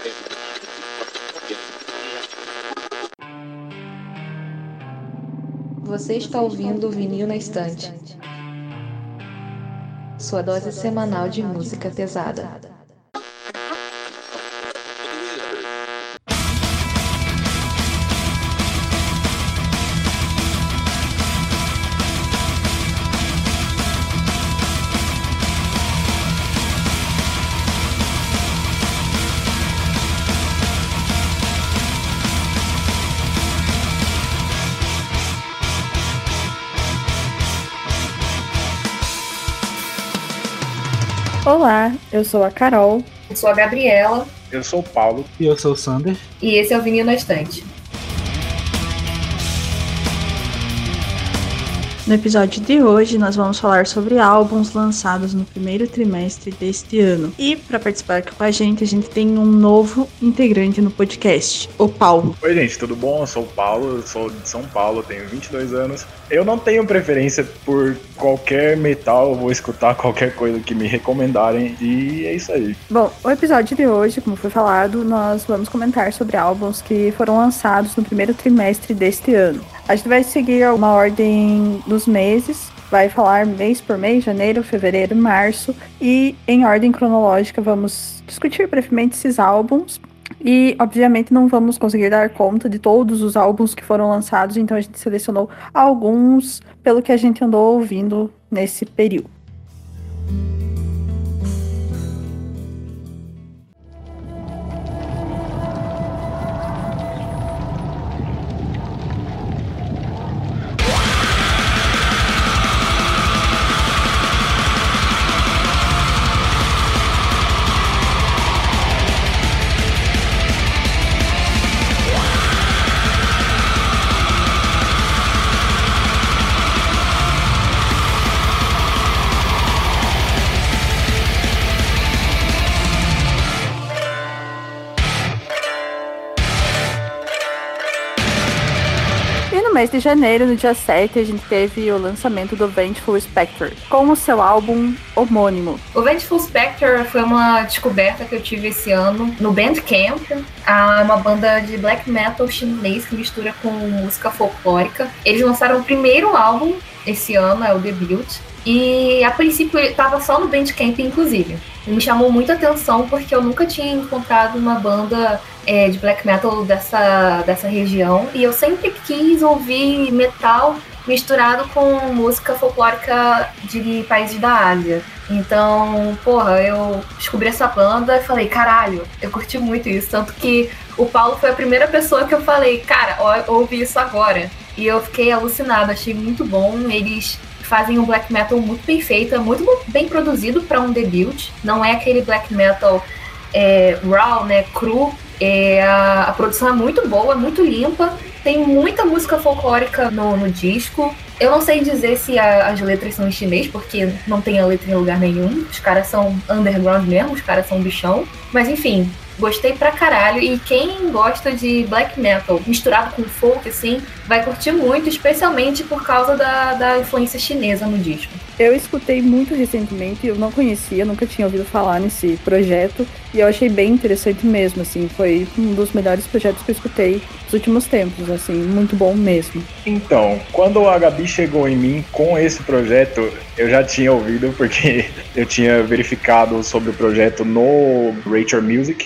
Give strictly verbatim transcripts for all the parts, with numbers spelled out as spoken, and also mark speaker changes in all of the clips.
Speaker 1: Você está ouvindo o Vinil na Estante, sua dose semanal de música pesada.
Speaker 2: Olá, eu sou a Carol.
Speaker 3: Eu sou a Gabriela.
Speaker 4: Eu sou o Paulo.
Speaker 5: E eu sou o Sander.
Speaker 3: E esse é o Vinil na Estante.
Speaker 2: No episódio de hoje, nós vamos falar sobre álbuns lançados no primeiro trimestre deste ano. E para participar aqui com a gente, a gente tem um novo integrante no podcast, o Paulo.
Speaker 4: Oi, gente, tudo bom? Eu sou o Paulo, eu sou de São Paulo, tenho vinte e dois anos. Eu não tenho preferência por qualquer metal, eu vou escutar qualquer coisa que me recomendarem e é isso aí.
Speaker 2: Bom, o episódio de hoje, como foi falado, nós vamos comentar sobre álbuns que foram lançados no primeiro trimestre deste ano. A gente vai seguir uma ordem dos meses, vai falar mês por mês, janeiro, fevereiro, março, e em ordem cronológica vamos discutir brevemente esses álbuns. E, obviamente, não vamos conseguir dar conta de todos os álbuns que foram lançados, então a gente selecionou alguns pelo que a gente andou ouvindo nesse período. No mês de janeiro, no dia sete, a gente teve o lançamento do Vengeful Spectre, com o seu álbum homônimo.
Speaker 3: O Vengeful Spectre foi uma descoberta que eu tive esse ano no Bandcamp, uma banda de black metal chinês que mistura com música folclórica. Eles lançaram o primeiro álbum esse ano, é o debut, e a princípio ele estava só no Bandcamp, inclusive. Me chamou muita atenção porque eu nunca tinha encontrado uma banda é, de black metal dessa, dessa região, e eu sempre quis ouvir metal misturado com música folclórica de países da Ásia. Então, porra, eu descobri essa banda e falei, caralho, eu curti muito isso. Tanto que o Paulo foi a primeira pessoa que eu falei, cara, ó, ouvi isso agora. E eu fiquei alucinada, achei muito bom. Eles fazem um black metal muito bem feito, é muito bem produzido para um debut. Não é aquele black metal é, raw, né, cru. É, a, a produção é muito boa, é muito limpa. Tem muita música folclórica no, no disco. Eu não sei dizer se a, as letras são em chinês, porque não tem a letra em lugar nenhum. Os caras são underground mesmo, os caras são bichão. Mas enfim, gostei pra caralho. E quem gosta de black metal misturado com folk, assim, vai curtir muito, especialmente por causa da, da influência chinesa no disco.
Speaker 2: Eu escutei muito recentemente, eu não conhecia, nunca tinha ouvido falar nesse projeto, e eu achei bem interessante mesmo, assim, foi um dos melhores projetos que eu escutei nos últimos tempos, assim, muito bom mesmo.
Speaker 4: Então, quando a Gabi chegou em mim com esse projeto, eu já tinha ouvido, porque eu tinha verificado sobre o projeto no Rachel Music,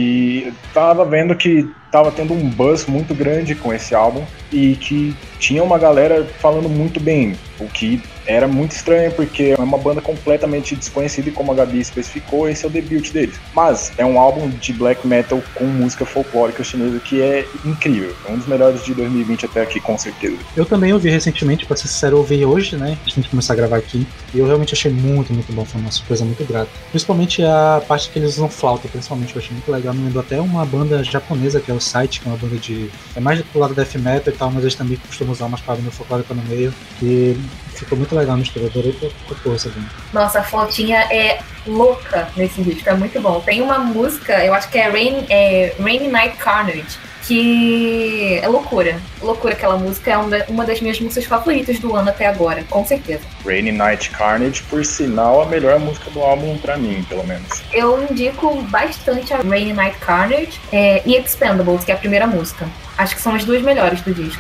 Speaker 4: e tava vendo que tava tendo um buzz muito grande com esse álbum e que tinha uma galera falando muito bem, o que era muito estranho porque é uma banda completamente desconhecida e, como a Gabi especificou, esse é o debut deles. Mas é um álbum de black metal com música folclórica chinesa que é incrível, é um dos melhores de dois mil e vinte até aqui, com certeza.
Speaker 5: Eu também ouvi recentemente, pra ser sincero, eu ouvi hoje, né, a gente começar a gravar aqui, e eu realmente achei muito, muito bom, foi uma surpresa muito grata. Principalmente a parte que eles usam flauta, principalmente, eu achei muito legal, me lembrou até uma banda japonesa, que é o Sight, que é uma banda de... é mais do lado death metal e tal, mas eles também costumam usar umas palavras folclóricas no meio, e ficou muito legal a mistura, adorei por força dele.
Speaker 3: Nossa, a flautinha é louca nesse disco, é muito bom. Tem uma música, eu acho que é Rain, é, Rainy Night Carnage, que é loucura. Loucura aquela música, é uma das minhas músicas favoritas do ano até agora, com certeza.
Speaker 4: Rainy Night Carnage, por sinal, a melhor música do álbum pra mim, pelo menos.
Speaker 3: Eu indico bastante a Rainy Night Carnage é, e Expendables, que é a primeira música. Acho que são as duas melhores do disco.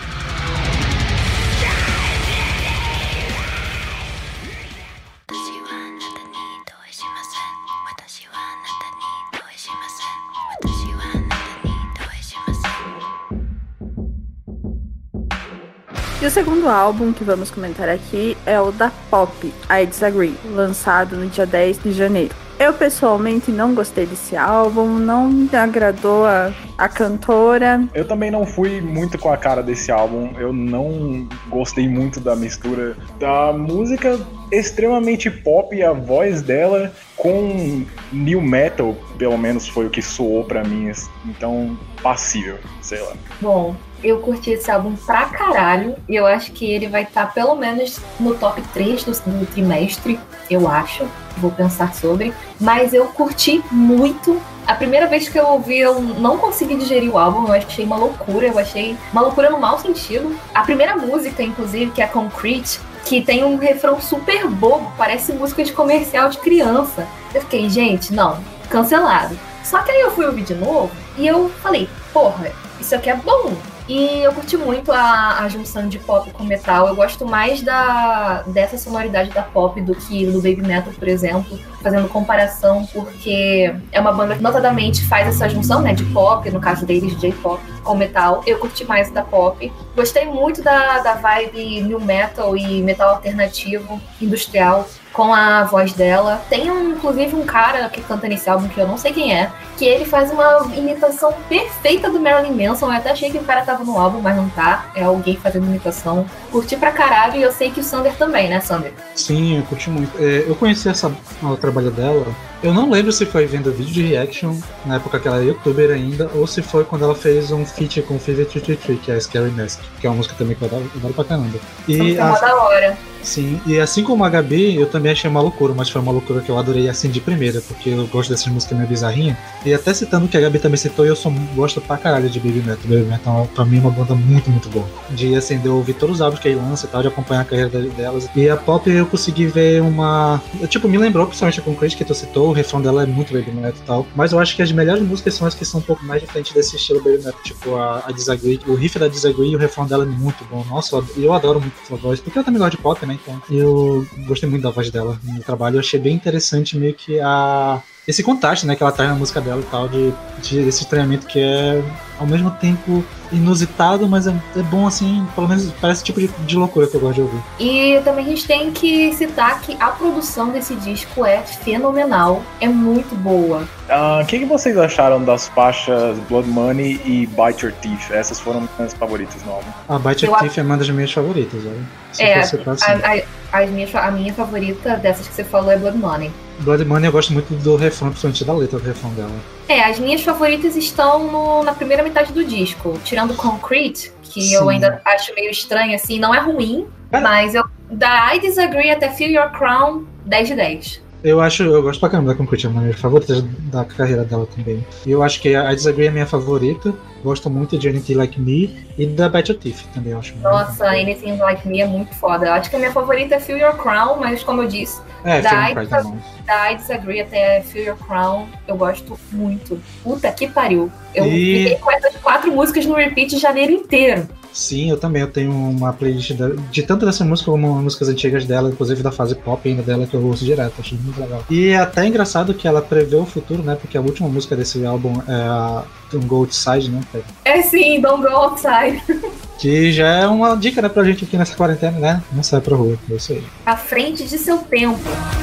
Speaker 2: E o segundo álbum que vamos comentar aqui é o da Pop, I Disagree, lançado no dia dez de janeiro. Eu pessoalmente não gostei desse álbum, não me agradou a, a cantora.
Speaker 4: Eu também não fui muito com a cara desse álbum, eu não gostei muito da mistura da música extremamente pop, a voz dela com new metal, pelo menos foi o que soou pra mim, então passível, sei lá.
Speaker 3: Bom, eu curti esse álbum pra caralho e eu acho que ele vai estar tá pelo menos no top três do, do trimestre, eu acho, vou pensar sobre, mas eu curti muito. A primeira vez que eu ouvi, eu não consegui digerir o álbum, eu achei uma loucura, eu achei uma loucura no mau sentido. A primeira música, inclusive, que é Concrete, que tem um refrão super bobo, parece música de comercial de criança. Eu fiquei, gente, não, cancelado. Só que aí eu fui ouvir de novo e eu falei, porra, isso aqui é bom. E eu curti muito a, a junção de pop com metal. Eu gosto mais da, dessa sonoridade da pop do que do baby metal, por exemplo, fazendo comparação, porque é uma banda que notadamente faz essa junção, né, de pop, no caso deles, J-pop, com metal. Eu curti mais da pop. Gostei muito da, da vibe new metal e metal alternativo, industrial, com a voz dela. Tem, um, inclusive, um cara que canta nesse álbum, que eu não sei quem é, que ele faz uma imitação perfeita do Marilyn Manson. Eu até achei que o cara tava no álbum, mas não tá. É alguém fazendo imitação. Curti pra caralho e eu sei que o Sander também, né, Sander?
Speaker 5: Sim, eu curti muito. É, eu conheci essa, o trabalho dela. Eu não lembro se foi vendo vídeo de reaction, na época que ela era youtuber ainda, ou se foi quando ela fez um feat com Fever três três três, que é a Scary Mask, que é uma música também que eu adoro, eu adoro pra caramba.
Speaker 3: E a... da hora.
Speaker 5: Sim, e assim como a Gabi, eu também achei uma loucura, mas foi uma loucura que eu adorei assim de primeira, porque eu gosto dessas músicas meio bizarrinhas. E até citando que a Gabi também citou, eu só gosto pra caralho de Baby Metal. Baby Metal pra mim é uma banda muito, muito boa. De assim, de eu ouvir todos os álbuns que ele lança e tal, de acompanhar a carreira delas. E a Pop eu consegui ver uma... Tipo, me lembrou principalmente a Concrete que tu citou, o refrão dela é muito Baby Metal e tal. Mas eu acho que as melhores músicas são as que são um pouco mais diferentes desse estilo Baby Metal. Tipo, a, a Disagree, o riff da Disagree e o refrão dela é muito bom. Nossa, eu, eu adoro muito a voz, porque eu também gosto de pop, né, então... Eu gostei muito da voz dela no trabalho, eu achei bem interessante meio que a... esse contraste, né, que ela traz na música dela e tal, de, de esse estranhamento que é ao mesmo tempo inusitado, mas é, é bom assim, pelo menos parece tipo de, de loucura que eu gosto de ouvir.
Speaker 3: E também a gente tem que citar que a produção desse disco é fenomenal, é muito boa.
Speaker 4: O uh, que, que vocês acharam das faixas Blood Money e Bite Your Teeth? Essas foram minhas favoritas no álbum.
Speaker 5: A Bite Your eu Teeth a... é uma das minhas favoritas, olha. Se
Speaker 3: é, assim. a, a, a, minha, a minha favorita dessas que você falou é Blood Money.
Speaker 5: Blood Money eu gosto muito do refrão, principalmente da letra do refrão dela.
Speaker 3: É, as minhas favoritas estão no, na primeira metade do disco, tirando Concrete, que Sim. eu ainda acho meio estranho, assim, não é ruim, é. mas eu, da I Disagree até Feel Your Crown, dez de dez.
Speaker 5: Eu acho, eu gosto pra caramba da Concrete, é uma das minhas favoritas da carreira dela também. E eu acho que a I Disagree é a minha favorita, gosto muito de Anything Like Me e da Bite Your Teeth também, eu acho.
Speaker 3: Nossa, Anything Like Me é muito foda. Eu acho que a minha favorita é Feel Your Crown, mas como eu disse,
Speaker 5: é,
Speaker 3: da, I Dis- da I Disagree até Feel Your Crown, eu gosto muito. Puta que pariu. Eu
Speaker 5: e...
Speaker 3: fiquei com essas quatro músicas no repeat de janeiro inteiro.
Speaker 5: Sim, eu também. Eu tenho uma playlist de, de tanto dessa música como músicas antigas dela, inclusive da fase pop ainda dela, que eu ouço direto. Achei muito legal. E é até engraçado que ela prevê o futuro, né? Porque a última música desse álbum é a Don't Go Outside, né?
Speaker 3: É sim, Don't Go Outside.
Speaker 5: Que já é uma dica, né, pra gente aqui nessa quarentena, né? Não sai pra rua. É isso aí.
Speaker 3: À frente de seu tempo.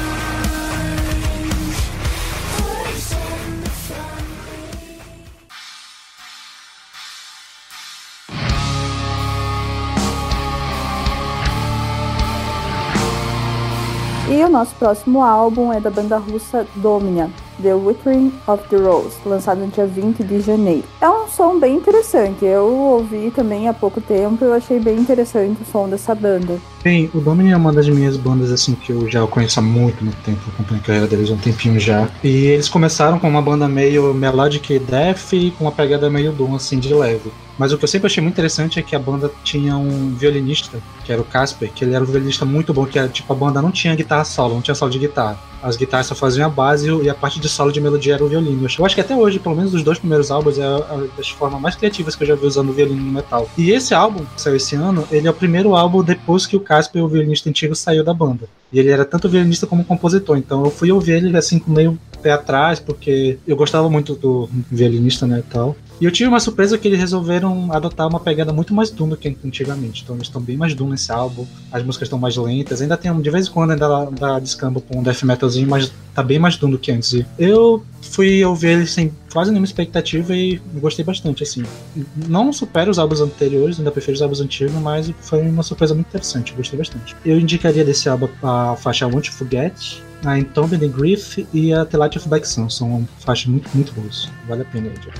Speaker 2: E o nosso próximo álbum é da banda russa Dominia, The Withering of the Rose, lançado no dia vinte de janeiro. É um um som bem interessante. Eu ouvi também há pouco tempo e eu achei bem interessante o som dessa banda.
Speaker 5: Bem, o Domini é uma das minhas bandas assim que eu já conheço há muito, muito tempo. Eu acompanho a carreira deles há um tempinho já. E eles começaram com uma banda meio melodic death e com uma pegada meio doom, assim, de leve. Mas o que eu sempre achei muito interessante é que a banda tinha um violinista, que era o Casper, que ele era um violinista muito bom, que era, tipo, a banda não tinha guitarra solo, não tinha solo de guitarra. As guitarras só faziam a base e a parte de solo de melodia era o violino. Eu acho que até hoje, pelo menos os dois primeiros álbuns, é a das formas mais criativas que eu já vi usando o violino no metal. E esse álbum, que saiu esse ano, ele é o primeiro álbum depois que o Casper, o violinista antigo, saiu da banda. E ele era tanto violinista como compositor, então eu fui ouvir ele assim com meio pé atrás, porque eu gostava muito do violinista, né, e tal. E eu tive uma surpresa que eles resolveram adotar uma pegada muito mais doom do que antigamente. Então eles estão bem mais doom nesse álbum, as músicas estão mais lentas, ainda tem, de vez em quando ainda dá descamba com um death metalzinho, mas tá bem mais doom do que antes. E eu fui ouvir eles sem quase nenhuma expectativa e gostei bastante, assim. Não supera os álbuns anteriores, ainda prefiro os álbuns antigos, mas foi uma surpresa muito interessante, eu gostei bastante. Eu indicaria desse álbum a faixa Want to Forget, a Entombed in Grief e a The Light of Black Sun. São faixas muito, muito boas. Vale a pena, gente.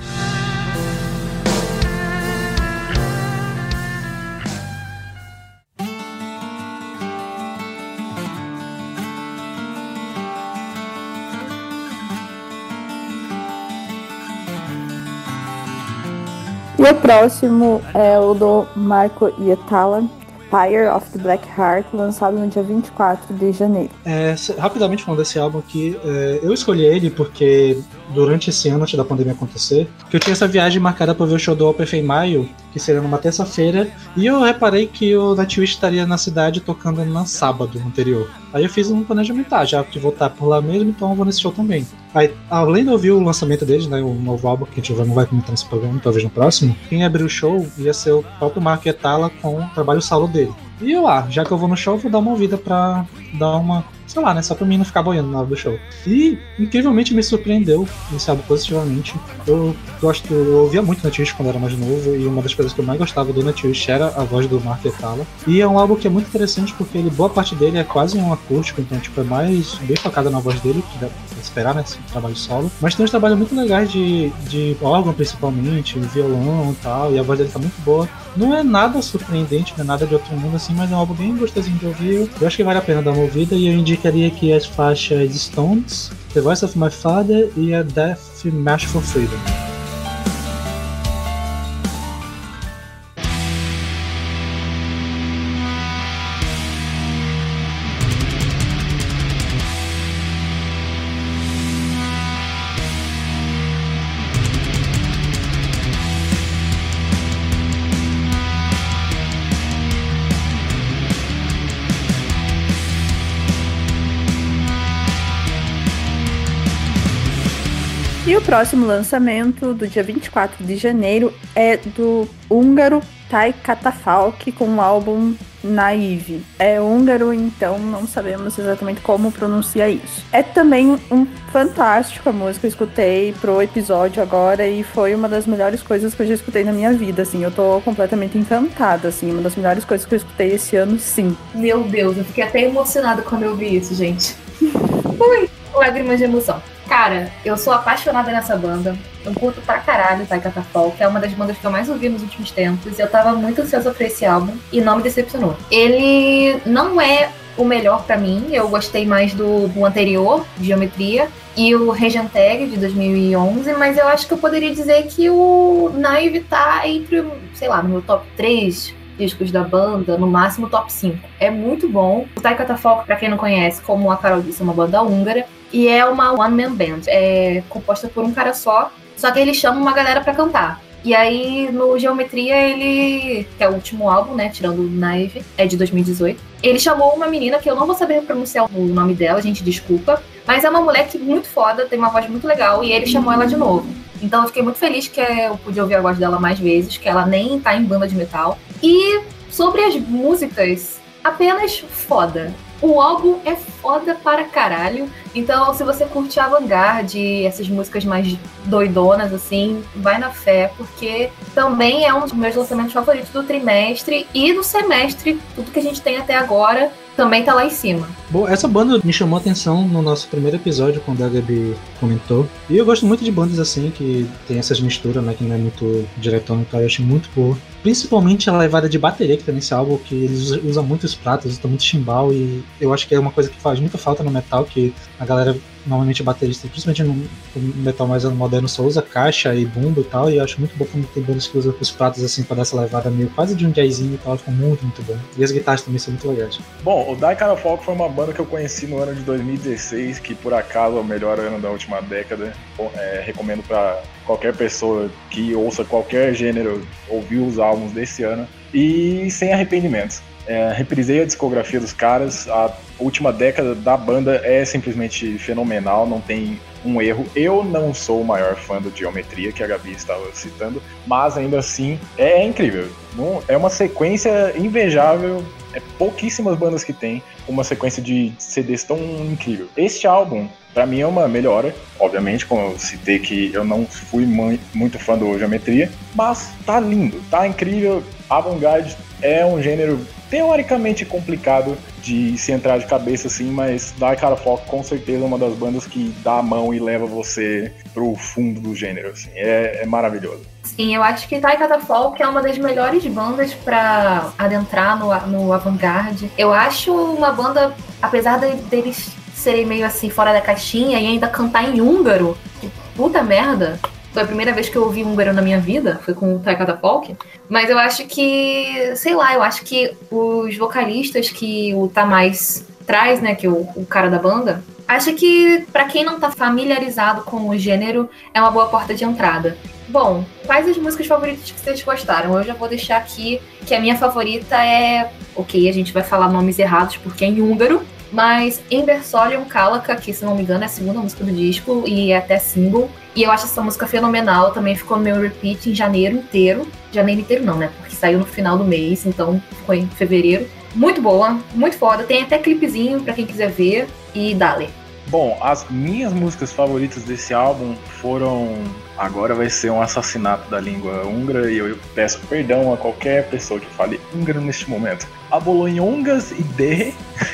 Speaker 2: E o próximo é o do Marco Hietala, Fire of the Black Heart, lançado no dia vinte e quatro de janeiro.
Speaker 5: É, rapidamente falando desse álbum aqui, é, eu escolhi ele porque durante esse ano, antes da pandemia acontecer, que eu tinha essa viagem marcada para ver o show do Opeth em maio, que seria numa terça-feira, e eu reparei que o Nightwish estaria na cidade tocando no sábado anterior. Aí eu fiz um planejamento, ah, já que vou estar por lá mesmo, então eu vou nesse show também. Aí, além de ouvir o lançamento deles, né, o novo álbum, que a gente não vai comentar nesse programa, talvez no próximo, quem abriu o show ia ser o próprio Marco Hietala com o trabalho solo dele. E eu, ah, já que eu vou no show, vou dar uma ouvida pra dar uma, sei lá, né, só pra mim não ficar boiando na hora do show. E, incrivelmente, me surpreendeu esse álbum positivamente. Eu gosto, eu ouvia muito Nightwish quando era mais novo, e uma das coisas que eu mais gostava do Nightwish era a voz do Marco Hietala. E é um álbum que é muito interessante porque ele, boa parte dele é quase um acústico, então, tipo, é mais bem focado na voz dele, que dá pra esperar, né, esse trabalho solo. Mas tem uns trabalhos muito legais de, de órgão, principalmente, violão e tal, e a voz dele tá muito boa. Não é nada surpreendente, não é nada de outro mundo assim, mas é um álbum bem gostosinho de ouvir. Eu acho que vale a pena dar uma ouvida e eu indicaria aqui as faixas Stones, The Voice of My Father e a Death March for Freedom.
Speaker 2: E o próximo lançamento, do dia vinte e quatro de janeiro, é do húngaro Tai Katafalk com o álbum Naive. É húngaro, então não sabemos exatamente como pronuncia isso. É também um fantástico a música, eu escutei pro episódio agora e foi uma das melhores coisas que eu já escutei na minha vida, assim. Eu tô completamente encantada, assim, uma das melhores coisas que eu escutei esse ano, sim.
Speaker 3: Meu Deus, eu fiquei até emocionada quando eu vi isso, gente. Ui, lágrimas de emoção. Cara, eu sou apaixonada nessa banda. Eu curto pra caralho o Tai Katafalk, que é uma das bandas que eu mais ouvi nos últimos tempos. Eu tava muito ansiosa pra esse álbum e não me decepcionou. Ele não é o melhor pra mim, eu gostei mais do, do anterior, Geometria, e o Regentag de dois mil e onze, mas eu acho que eu poderia dizer que o Naive tá entre, sei lá, no meu top três discos da banda, no máximo top cinco. É muito bom. O Tai Katafalk, pra quem não conhece, como a Carol disse, é uma banda húngara. E é uma one-man band. É composta por um cara só. Só que ele chama uma galera pra cantar. E aí, no Geometria, ele... que é o último álbum, né? Tirando o Naive. É de dois mil e dezoito. Ele chamou uma menina, que eu não vou saber pronunciar o nome dela, gente, desculpa. Mas é uma moleque muito foda, tem uma voz muito legal. E ele chamou ela de novo. Então eu fiquei muito feliz que eu pude ouvir a voz dela mais vezes. Que ela nem tá em banda de metal. E sobre as músicas, apenas foda. O álbum é foda para caralho. Então, se você curte Avant-Garde, essas músicas mais doidonas, assim, vai na fé, porque também é um dos meus lançamentos favoritos do trimestre e do semestre. Tudo que a gente tem até agora também tá lá em cima.
Speaker 5: Bom, essa banda me chamou a atenção no nosso primeiro episódio, quando a Gabi comentou. E eu gosto muito de bandas assim, que tem essas misturas, né, que não é muito diretão e tal, eu achei muito boa. Principalmente a levada de bateria que tem nesse álbum, que eles usam muitos pratos, usam muito chimbal, e eu acho que é uma coisa que faz muita falta no metal, que a galera, normalmente baterista, principalmente no metal mais moderno, só usa caixa e bumbo e tal, e eu acho muito bom quando tem bandas que usam os pratos assim pra dar essa levada meio quase de um jazzinho e tal, ficou muito, muito bom. E as guitarras também são muito legais.
Speaker 4: Bom, o Die Kind of Folk foi uma banda que eu conheci no ano de dois mil e dezesseis, que por acaso é o melhor ano da última década. É, recomendo pra qualquer pessoa que ouça qualquer gênero ouvir os álbuns desse ano, e sem arrependimentos. É, reprisei a discografia dos caras, a última década da banda é simplesmente fenomenal, não tem um erro. Eu não sou o maior fã do Geometria, que a Gabi estava citando, mas ainda assim é incrível. É uma sequência invejável, é pouquíssimas bandas que tem uma sequência de C Ds tão incrível. Este álbum, pra mim, é uma melhora, obviamente, como eu citei que eu não fui muito fã do Geometria, mas tá lindo, tá incrível. Avant-garde é um gênero teoricamente complicado de se entrar de cabeça assim, mas Die Kind of Folk com certeza é uma das bandas que dá a mão e leva você pro fundo do gênero, assim, é, é maravilhoso.
Speaker 3: Sim, eu acho que Die Kind of Folk é uma das melhores bandas pra adentrar no, no avant-garde. Eu acho uma banda, apesar de, deles serem meio assim fora da caixinha e ainda cantar em húngaro, que puta merda. Foi a primeira vez que eu ouvi húngaro na minha vida, foi com o Die Kind of Folk. Mas eu acho que, sei lá, eu acho que os vocalistas que o Tamás traz, né, que é o, o cara da banda, acho que pra quem não tá familiarizado com o gênero, é uma boa porta de entrada. Bom, quais as músicas favoritas que vocês gostaram? Eu já vou deixar aqui que a minha favorita é... Ok, a gente vai falar nomes errados porque é em húngaro, mas Embersolium Kalaka, que se não me engano é a segunda música do disco e é até single. E eu acho essa música fenomenal, também ficou no meu repeat em janeiro inteiro. Janeiro inteiro não, né? Porque saiu no final do mês, então ficou em fevereiro. Muito boa, muito foda, tem até clipezinho pra quem quiser ver, e dale.
Speaker 4: Bom, as minhas músicas favoritas desse álbum foram... Agora vai ser um assassinato da língua húngara e eu peço perdão a qualquer pessoa que fale húngaro neste momento. Abolonhongas e Derre.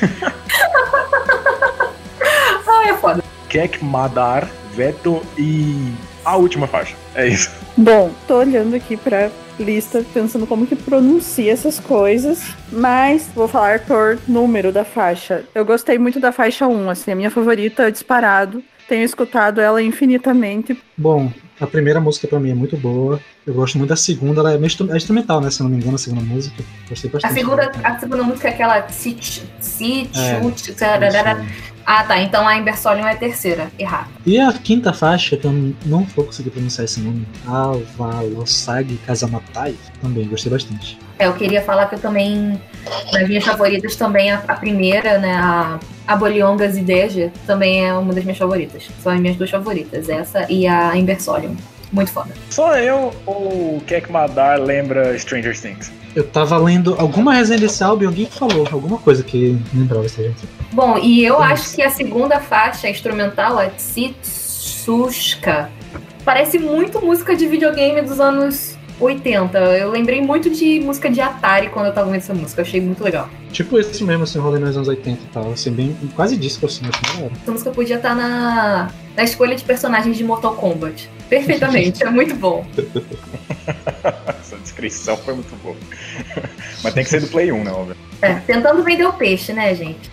Speaker 3: Ah, é foda.
Speaker 4: Kek Madar, Veto e a última faixa. É isso.
Speaker 2: Bom, tô olhando aqui pra lista, pensando como que pronuncia essas coisas, mas vou falar por número da faixa. Eu gostei muito da faixa um, assim, a minha favorita, disparado. Tenho escutado ela infinitamente.
Speaker 5: Bom, a primeira música pra mim é muito boa. Eu gosto muito da segunda, ela é, meio é instrumental, né? Se não me engano, a segunda música. Gostei bastante.
Speaker 3: A segunda, a segunda música é aquela Sit, Sit,
Speaker 5: É,
Speaker 3: Chut, Ah, tá. Então a Embersolium é a terceira. Errado.
Speaker 5: E a quinta faixa, que eu não vou conseguir pronunciar esse nome, Avalosag Kazamatai, também gostei bastante.
Speaker 3: É, eu queria falar que eu também, nas minhas favoritas, também a, a primeira, né, a Abolonhongas e Deja, também é uma das minhas favoritas. São as minhas duas favoritas, essa e a Embersolium. Muito foda.
Speaker 4: Só eu ou o Kek Madar lembra Stranger Things?
Speaker 5: Eu tava lendo alguma resenha desse álbum e alguém falou alguma coisa que lembrava essa gente.
Speaker 3: Bom, e eu Nossa. acho que a segunda faixa instrumental, a Tsitsushka, parece muito música de videogame dos anos oitenta. Eu lembrei muito de música de Atari quando eu tava ouvindo essa música. Eu achei muito legal.
Speaker 5: Tipo esse mesmo, assim, rolê nos anos oitenta e tal. Assim, bem, quase disco, assim, acho que era.
Speaker 3: Essa música podia estar na, na escolha de personagens de Mortal Kombat. Perfeitamente, é muito bom.
Speaker 4: Essa descrição foi muito boa. Mas tem que ser do Play um, né, óbvio?
Speaker 3: É, tentando vender o peixe, né, gente?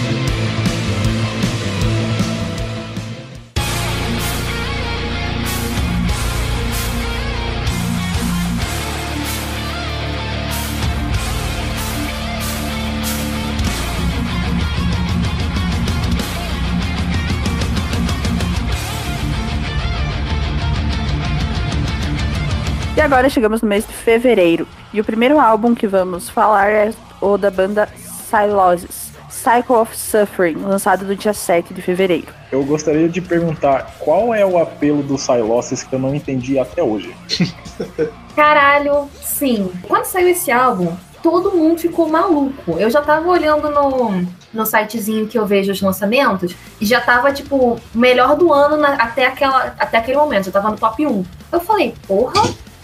Speaker 2: E agora chegamos no mês de fevereiro. E o primeiro álbum que vamos falar é o da banda Sylosis, Cycle of Suffering, lançado no dia sete de fevereiro.
Speaker 4: Eu gostaria de perguntar qual é o apelo do Sylosis que eu não entendi até hoje.
Speaker 3: Caralho, sim. Quando saiu esse álbum, todo mundo ficou maluco. Eu já tava olhando no, no sitezinho que eu vejo os lançamentos e já tava, tipo, melhor do ano na, até, aquela, até aquele momento. Já tava no top um. Eu falei, porra,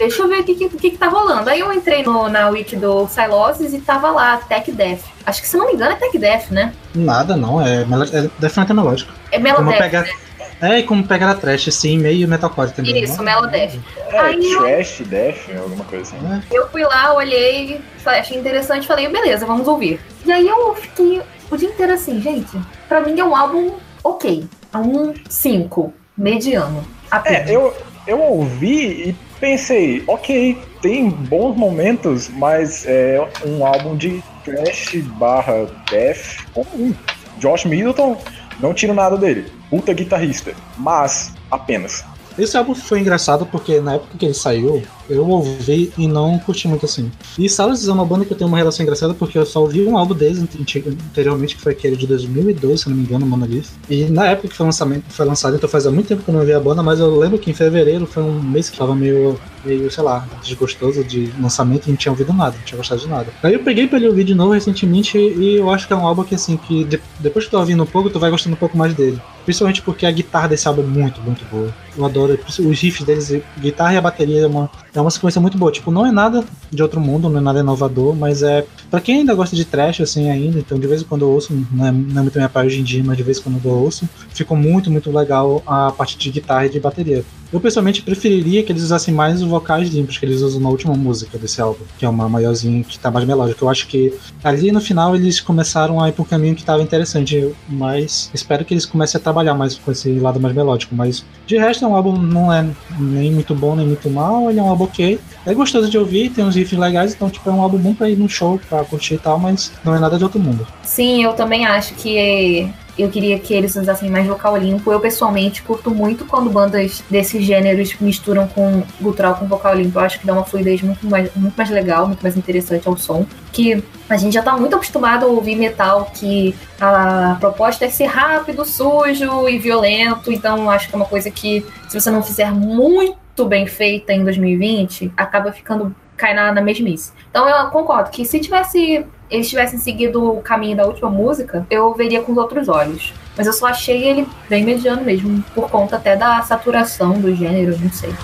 Speaker 3: deixa eu ver o que, que, que, que tá rolando. Aí eu entrei no, na wiki do Psylosses e tava lá, Tech Death. Acho que, se não me engano, é Tech Death, né?
Speaker 5: Nada, não. É, é Death Metal melódico.
Speaker 3: É Melodeath,
Speaker 5: pega...
Speaker 3: né?
Speaker 5: É, e como pegar a trash, sim, meio metalcore também.
Speaker 3: Isso, Melodeath.
Speaker 4: É,
Speaker 3: Aí
Speaker 4: trash, eu... death, alguma coisa assim.
Speaker 5: É.
Speaker 3: Eu fui lá, olhei, achei interessante, falei, beleza, vamos ouvir. E aí eu fiquei o dia inteiro assim, gente, pra mim é um álbum ok. É um cinco, mediano. Apenas.
Speaker 4: É, eu, eu ouvi e pensei, ok, tem bons momentos, mas é um álbum de trash barra death comum. Josh Middleton, não tiro nada dele. Puta guitarrista, mas apenas.
Speaker 5: Esse álbum foi engraçado porque na época que ele saiu, eu ouvi e não curti muito assim. E Psylosses é uma banda que eu tenho uma relação engraçada porque eu só ouvi um álbum deles anteriormente, que foi aquele de dois mil e dois, se não me engano, Monolith. E na época que foi, lançamento, foi lançado, então fazia muito tempo que eu não vi a banda, mas eu lembro que em fevereiro foi um mês que tava meio, meio sei lá, desgostoso de lançamento e não tinha ouvido nada, não tinha gostado de nada. Aí eu peguei pra ele ouvir de novo recentemente e eu acho que é um álbum que assim, que de, depois que tu tá ouvindo um pouco, tu vai gostando um pouco mais dele. Principalmente porque a guitarra desse álbum é muito, muito boa. Eu adoro os riffs deles, a guitarra e a bateria é uma, é uma sequência muito boa. Tipo, não é nada de outro mundo, não é nada inovador, mas é... Pra quem ainda gosta de thrash, assim, ainda, então de vez em quando eu ouço, não é, não é muito minha praia hoje em dia, mas de vez em quando eu ouço, ficou muito, muito legal a parte de guitarra e de bateria. Eu pessoalmente preferiria que eles usassem mais os vocais limpos que eles usam na última música desse álbum, que é uma maiorzinha que tá mais melódica. Eu acho que ali no final eles começaram a ir para um caminho que estava interessante, mas espero que eles comecem a trabalhar mais com esse lado mais melódico. Mas de resto, é um álbum não é nem muito bom nem muito mal, ele é um álbum ok. É gostoso de ouvir, tem uns riffs legais, então tipo, é um álbum bom pra ir num show, pra curtir e tal, mas não é nada de outro mundo.
Speaker 3: Sim, eu também acho que eu queria que eles usassem mais vocal limpo. Eu, pessoalmente, curto muito quando bandas desses gêneros misturam com gutural com vocal limpo. Eu acho que dá uma fluidez muito mais, muito mais legal, muito mais interessante ao som. Que a gente já tá muito acostumado a ouvir metal, que a proposta é ser rápido, sujo e violento. Então, acho que é uma coisa que, se você não fizer muito bem feita em dois mil e vinte, acaba ficando... cai na, na mesmice. Então eu concordo que se tivesse eles tivessem seguido o caminho da última música, eu veria com os outros olhos. Mas eu só achei ele bem mediano mesmo, por conta até da saturação do gênero, não sei.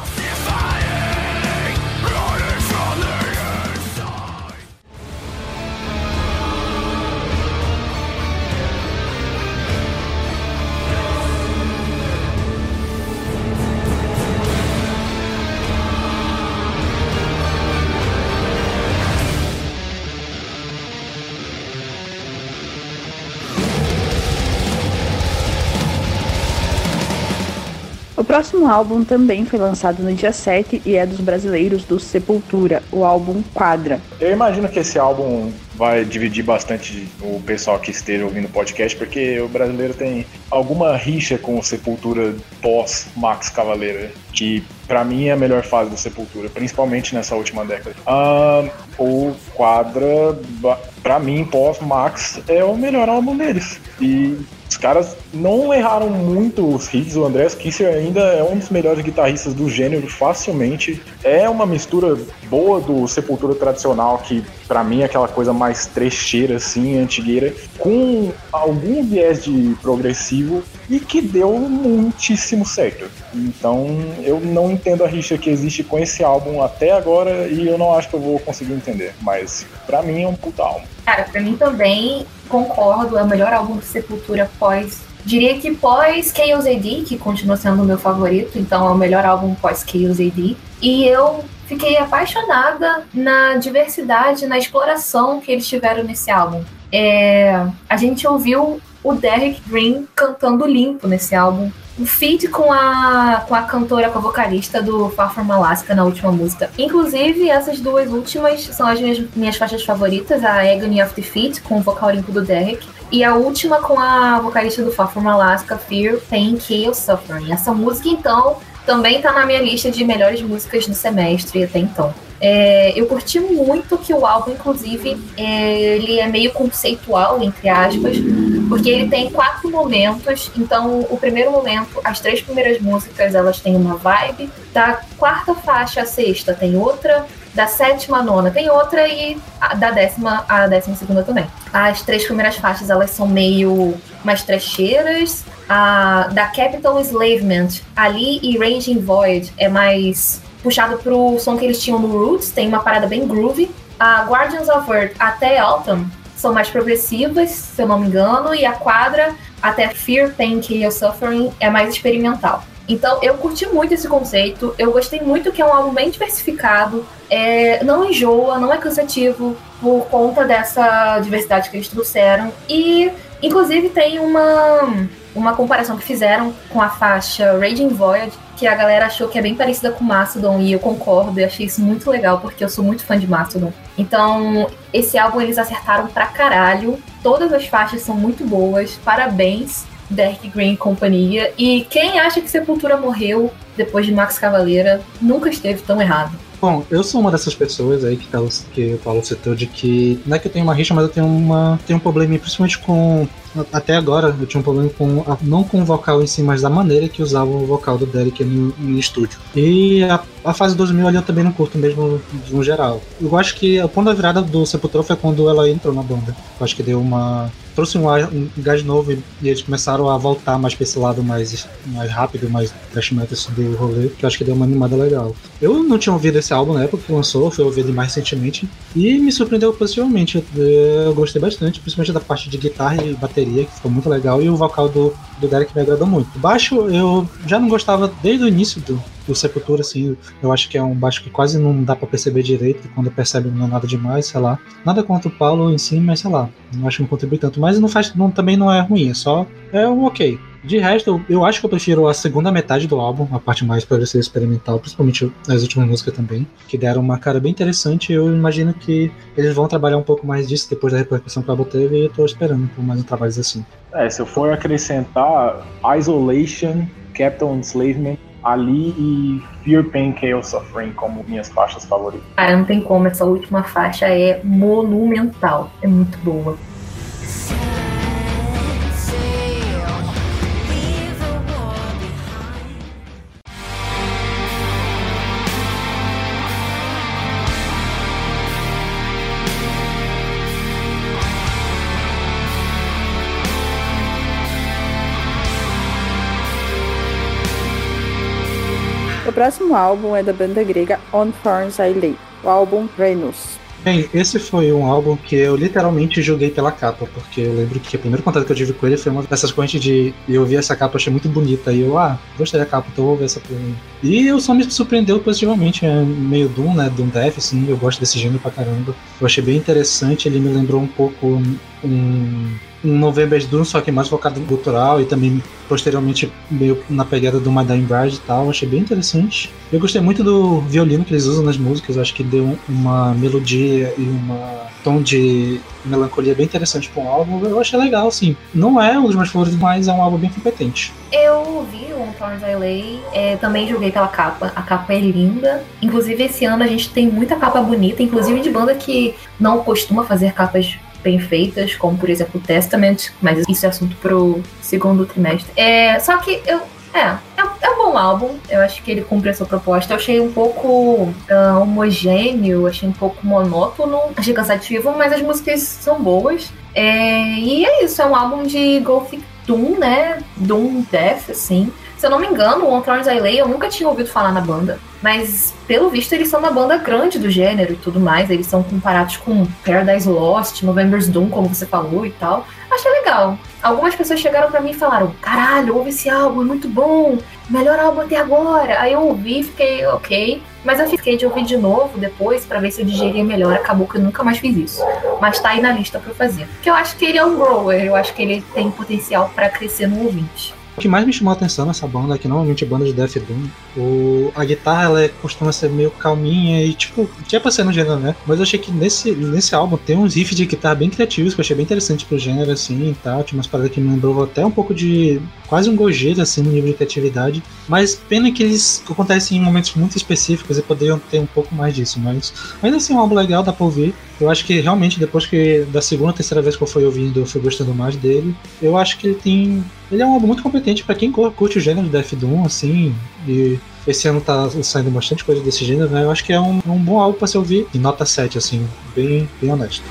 Speaker 2: O próximo álbum também foi lançado no dia sete e é dos brasileiros do Sepultura, o álbum Quadra.
Speaker 4: Eu imagino que esse álbum vai dividir bastante o pessoal que esteja ouvindo o podcast, porque o brasileiro tem alguma rixa com o Sepultura pós Max Cavalera, que pra mim é a melhor fase do Sepultura, principalmente nessa última década. Ah, o Quadra, pra mim, pós Max, é o melhor álbum deles. E os caras não erraram muito os hits. O Andreas Kisser ainda é um dos melhores guitarristas do gênero, facilmente. É uma mistura boa do Sepultura tradicional, que pra mim é aquela coisa mais trecheira, assim, antigueira, com algum viés de progressivo e que deu muitíssimo certo. Então eu não entendo a rixa que existe com esse álbum até agora e eu não acho que eu vou conseguir entender, mas pra mim é um puta álbum.
Speaker 3: Cara, pra mim também, concordo, é o melhor álbum do Sepultura pós... Diria que pós Chaos A D, que continua sendo o meu favorito, então é o melhor álbum pós Chaos A D. E eu fiquei apaixonada na diversidade, na exploração que eles tiveram nesse álbum. É, a gente ouviu o Derek Green cantando limpo nesse álbum. O feat com a, com a cantora, com a vocalista do Far From Alaska na última música. Inclusive, essas duas últimas são as minhas, minhas faixas favoritas, a Agony of Defeat, com o vocal limpo do Derek, e a última com a vocalista do Far From Alaska, Fear, Pain, Chaos, Suffering. Essa música, então, também tá na minha lista de melhores músicas do semestre até então. É, eu curti muito que o álbum, inclusive, é, ele é meio conceitual, entre aspas, porque ele tem quatro momentos. Então, o primeiro momento, as três primeiras músicas, elas têm uma vibe. Da quarta faixa à sexta tem outra. Da sétima à nona tem outra. E a, da décima à décima segunda também. As três primeiras faixas, elas são meio mais trecheiras. A, da Capital Enslavement, Ali e Raging Void é mais... puxado pro som que eles tinham no Roots, tem uma parada bem groovy. A Guardians of Earth até Autumn são mais progressivas, se eu não me engano, e a Quadra até Fear, Pain, Chaos, Suffering é mais experimental. Então eu curti muito esse conceito, eu gostei muito que é um álbum bem diversificado, é, não enjoa, não é cansativo por conta dessa diversidade que eles trouxeram. E inclusive tem uma, uma comparação que fizeram com a faixa Raging Voyage, que a galera achou que é bem parecida com Mastodon, e eu concordo, e achei isso muito legal, porque eu sou muito fã de Mastodon. Então, esse álbum eles acertaram pra caralho, todas as faixas são muito boas, parabéns, Derek Green e companhia, e quem acha que Sepultura morreu depois de Max Cavalera, nunca esteve tão errado.
Speaker 5: Bom, eu sou uma dessas pessoas aí que, tá, que o Paulo citou, de que não é que eu tenho uma rixa, mas eu tenho, uma, tenho um problema, principalmente com... Até agora eu tinha um problema com a, não com o vocal em si, mas da maneira que usavam o vocal do Derek no, no estúdio. E a, a fase dois mil ali eu também não curto mesmo no geral. Eu acho que o ponto da virada do Sepultura foi quando ela entrou na banda. Eu acho que deu uma... trouxe um, ar, um gás novo e eles começaram a voltar mais pra esse lado mais, mais rápido, mais thrash metal do rolê, que eu acho que deu uma animada legal. Eu não tinha ouvido esse álbum na época que lançou, fui ouvir ele mais recentemente e me surpreendeu positivamente. Eu, eu gostei bastante, principalmente da parte de guitarra e bateria, que ficou muito legal, e o vocal do, do Derek me agradou muito. O baixo eu já não gostava desde o início do, do Sepultura, assim, eu acho que é um baixo que quase não dá pra perceber direito, quando percebe não é nada demais, sei lá. Nada contra o Paulo em si, mas sei lá, não acho que não contribui tanto, mas não faz, não, também não é ruim, é só é um ok. De resto, eu, eu acho que eu prefiro a segunda metade do álbum, a parte mais progressiva e experimental, principalmente as últimas músicas também, que deram uma cara bem interessante. Eu imagino que eles vão trabalhar um pouco mais disso depois da repercussão que o álbum teve, e eu tô esperando por mais um trabalho assim.
Speaker 4: É, se eu for acrescentar Isolation, Capital Enslavement, Ali e Fear, Pain, Chaos, Suffering como minhas faixas favoritas.
Speaker 3: Cara, não tem como, essa última faixa é monumental, é muito boa.
Speaker 2: O próximo álbum é da banda grega On Thorns I Lay, o álbum Venus.
Speaker 5: Bem, esse foi um álbum que eu literalmente julguei pela capa, porque eu lembro que o primeiro contato que eu tive com ele foi uma dessas correntes de... Eu vi essa capa, achei muito bonita, e eu, ah, gostei da capa, então vou ver essa por mim. E o som me surpreendeu positivamente, é meio Doom, né, Doom Death, assim, eu gosto desse gênero pra caramba. Eu achei bem interessante, ele me lembrou um pouco um... um November's Doom, só que mais focado no cultural e também posteriormente meio na pegada do My Dying Bride e tal, achei bem interessante. Eu gostei muito do violino que eles usam nas músicas, acho que deu uma melodia e um tom de melancolia bem interessante para um álbum, eu achei legal, assim. Não é um dos meus favoritos, mas é um álbum bem competente.
Speaker 3: Eu ouvi o On Thorns I Lay, é, também joguei pela capa, a capa é linda, inclusive esse ano a gente tem muita capa bonita, inclusive de banda que não costuma fazer capas bem feitas, como por exemplo o Testament, mas isso é assunto pro segundo trimestre. É, só que eu, é, é, é um bom álbum, eu acho que ele cumpre a sua proposta. Eu achei um pouco uh, homogêneo, achei um pouco monótono, achei cansativo, mas as músicas são boas. É, e é isso, é um álbum de Gothic Doom, né? Doom Death, assim. Se eu não me engano, o On Thorns I Lay eu nunca tinha ouvido falar na banda, mas pelo visto eles são uma banda grande do gênero e tudo mais, eles são comparados com Paradise Lost, November's Doom, como você falou e tal. Achei legal. Algumas pessoas chegaram pra mim e falaram, caralho, ouve esse álbum, é muito bom, melhor álbum até agora. Aí eu ouvi e fiquei ok, mas eu fiquei de ouvir de novo depois pra ver se eu digeria melhor, acabou que eu nunca mais fiz isso. Mas tá aí na lista pra fazer. Porque eu acho que ele é um grower, eu acho que ele tem potencial pra crescer no ouvinte.
Speaker 5: O que mais me chamou a atenção nessa banda é que normalmente é banda de Death Doom, o, a guitarra ela é, costuma ser meio calminha e tipo, tinha pra ser no gênero, né? Mas eu achei que nesse, nesse álbum tem uns riffs de guitarra bem criativos que eu achei bem interessante pro gênero assim e tal. Tinha umas paradas que me lembrou até um pouco de quase um Gojira assim no nível de criatividade. Mas pena que eles acontecem em momentos muito específicos e poderiam ter um pouco mais disso. Mas ainda assim é um álbum legal, dá pra ouvir. Eu acho que realmente depois que da segunda ou terceira vez que eu fui ouvindo, eu fui gostando mais dele. Eu acho que ele tem. Ele é um álbum muito competente pra quem curte o gênero de Death Doom, assim. E esse ano tá saindo bastante coisa desse gênero, né? Eu acho que é um, um bom álbum pra se ouvir. E nota sete, assim, bem, bem honesto.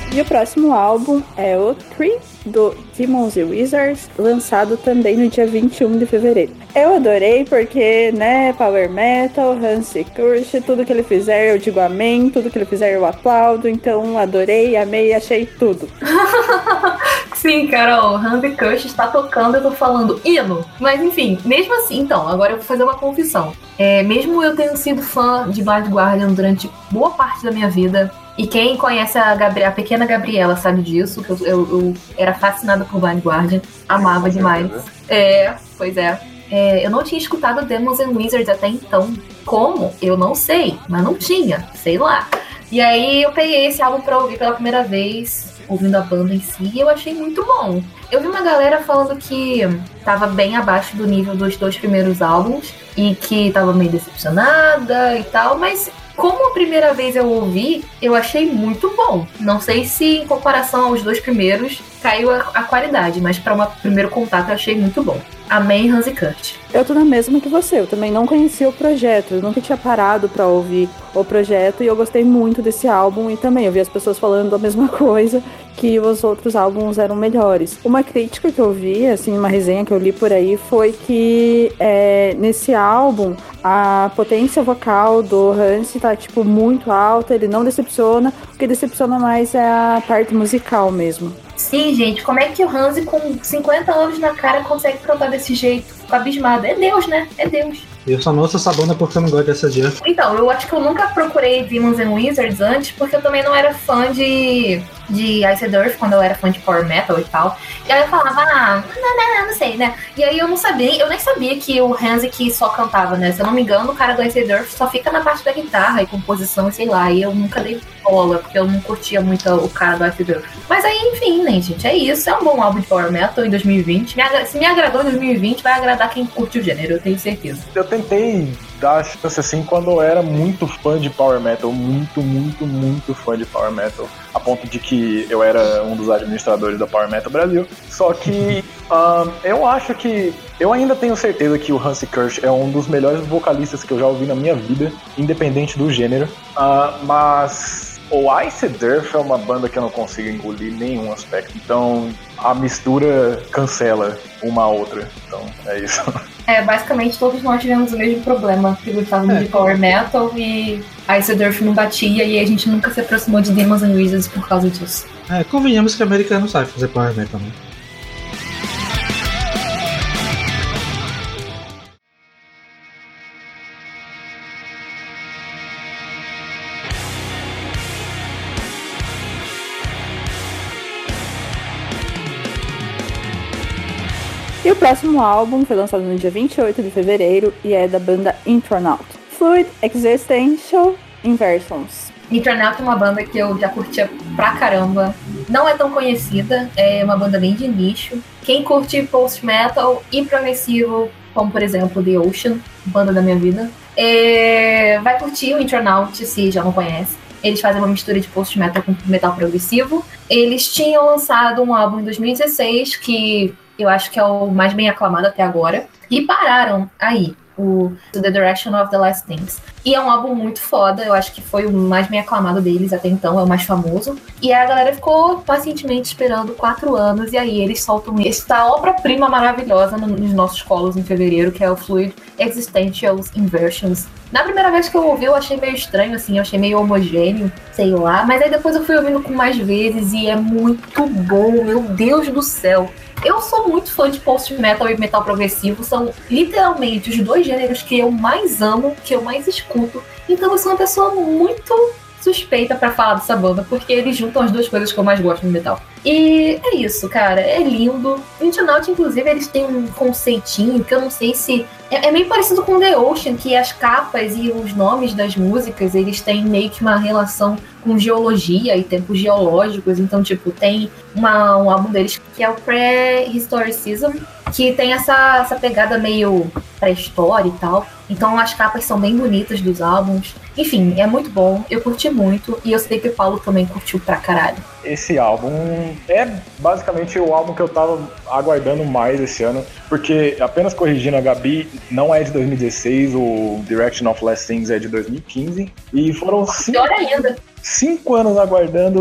Speaker 2: E o próximo álbum é o Three, do Demons and Wizards, lançado também no dia vinte e um de fevereiro. Eu adorei porque, né, Power Metal, Hansi Kirsch, tudo que ele fizer eu digo amém, tudo que ele fizer eu aplaudo, então adorei, amei, achei tudo.
Speaker 3: Sim, cara, o Hansi Kirsch está tocando, eu tô falando hino. Mas enfim, mesmo assim, então, agora eu vou fazer uma confissão. É, mesmo eu tendo sido fã de Blind Guardian durante boa parte da minha vida, e quem conhece a, Gabri- a pequena Gabriela sabe disso, que eu, eu, eu era fascinada por Blind Guardian, amava demais. É, pois é. é. Eu não tinha escutado Demons and Wizards até então. Como? Eu não sei, mas não tinha, sei lá. E aí eu peguei esse álbum pra ouvir pela primeira vez, ouvindo a banda em si, e eu achei muito bom. Eu vi uma galera falando que tava bem abaixo do nível dos dois primeiros álbuns, e que tava meio decepcionada e tal, mas... Como a primeira vez eu ouvi, eu achei muito bom. Não sei se em comparação aos dois primeiros caiu a, a qualidade, mas para um primeiro contato eu achei muito bom. Amém, Hansi Kirsch.
Speaker 2: Eu tô na mesma que você, eu também não conhecia o projeto, eu nunca tinha parado pra ouvir o projeto e eu gostei muito desse álbum e também eu vi as pessoas falando a mesma coisa, que os outros álbuns eram melhores. Uma crítica que eu vi, assim, uma resenha que eu li por aí, foi que é, nesse álbum a potência vocal do Hansi tá, tipo, muito alta, ele não decepciona, o que decepciona mais é a parte musical mesmo.
Speaker 3: Sim, gente, como é que o Hansi com cinquenta anos na cara consegue cantar desse jeito? Fico abismado. É Deus, né? É Deus.
Speaker 5: Eu só não ouço essa banda porque eu não gosto dessa dia.
Speaker 3: Então, eu acho que eu nunca procurei Demons and Wizards antes, porque eu também não era fã de, de Iced Earth, quando eu era fã de Power Metal e tal. E aí eu falava, ah, não, não, não sei, né? E aí eu não sabia, eu nem sabia que o Hansi que só cantava, né? Se eu não me engano, o cara do Iced Earth só fica na parte da guitarra e composição e sei lá. E eu nunca dei bola, porque eu não curtia muito o cara do Iced Earth. Mas aí, enfim, né, gente? É isso. É um bom álbum de Power Metal em dois mil e vinte. Me agra- se me agradou em dois mil e vinte, vai agradar quem curte o gênero, eu tenho certeza.
Speaker 4: Eu tentei dar chance assim quando eu era muito fã de Power Metal, muito, muito, muito fã de Power Metal, a ponto de que eu era um dos administradores da Power Metal Brasil. Só que um, eu acho que eu ainda tenho certeza que o Hansi Kirsch é um dos melhores vocalistas que eu já ouvi na minha vida, independente do gênero. Uh, mas o Iced Earth é uma banda que eu não consigo engolir nenhum aspecto. Então a mistura cancela uma a outra. Então é isso.
Speaker 3: É, basicamente todos nós tivemos o mesmo problema, que gostávamos é. de Power Metal e Iced Earth não batia e a gente nunca se aproximou de Demons and Wizards por causa disso.
Speaker 5: É, convenhamos que a América não sabe fazer Power Metal, né?
Speaker 2: E o próximo álbum foi lançado no dia vinte e oito de fevereiro e é da banda Intronaut. Fluid Existential Inversions.
Speaker 3: Intronaut é uma banda que eu já curtia pra caramba. Não é tão conhecida, é uma banda bem de nicho. Quem curte post-metal e progressivo, como por exemplo The Ocean, banda da minha vida, é... vai curtir o Intronaut se já não conhece. Eles fazem uma mistura de post-metal com metal progressivo. Eles tinham lançado um álbum em dois mil e dezesseis que eu acho que é o mais bem aclamado até agora. E pararam aí, o The Direction of the Last Things. E é um álbum muito foda, eu acho que foi o mais bem aclamado deles até então, é o mais famoso. E a galera ficou pacientemente esperando quatro anos, e aí eles soltam esta obra-prima maravilhosa nos nossos colos em fevereiro, que é o Fluid Existential Inversions. Na primeira vez que eu ouvi, eu achei meio estranho, assim, eu achei meio homogêneo, sei lá. Mas aí depois eu fui ouvindo com mais vezes e é muito bom, meu Deus do céu. Eu sou muito fã de post-metal e metal progressivo, são literalmente os dois gêneros que eu mais amo, que eu mais escuto. Então eu sou uma pessoa muito suspeita pra falar dessa banda, porque eles juntam as duas coisas que eu mais gosto no metal. E é isso, cara, é lindo. O Intronaut, inclusive, eles têm um conceitinho que eu não sei se... É, é meio parecido com The Ocean, que as capas e os nomes das músicas, eles têm meio que uma relação com geologia e tempos geológicos. Então, tipo, tem uma, um álbum deles que é o Prehistoricism, que tem essa, essa pegada meio pré-história e tal. Então as capas são bem bonitas dos álbuns. Enfim, é muito bom, eu curti muito. E eu sei que o Paulo também curtiu pra caralho.
Speaker 4: Esse álbum é basicamente o álbum que eu tava aguardando mais esse ano. Porque, apenas corrigindo a Gabi, não é de dois mil e dezesseis, o Direction of Last Things é de dois mil e quinze. E foram cinco,
Speaker 3: Pior ainda.
Speaker 4: cinco anos aguardando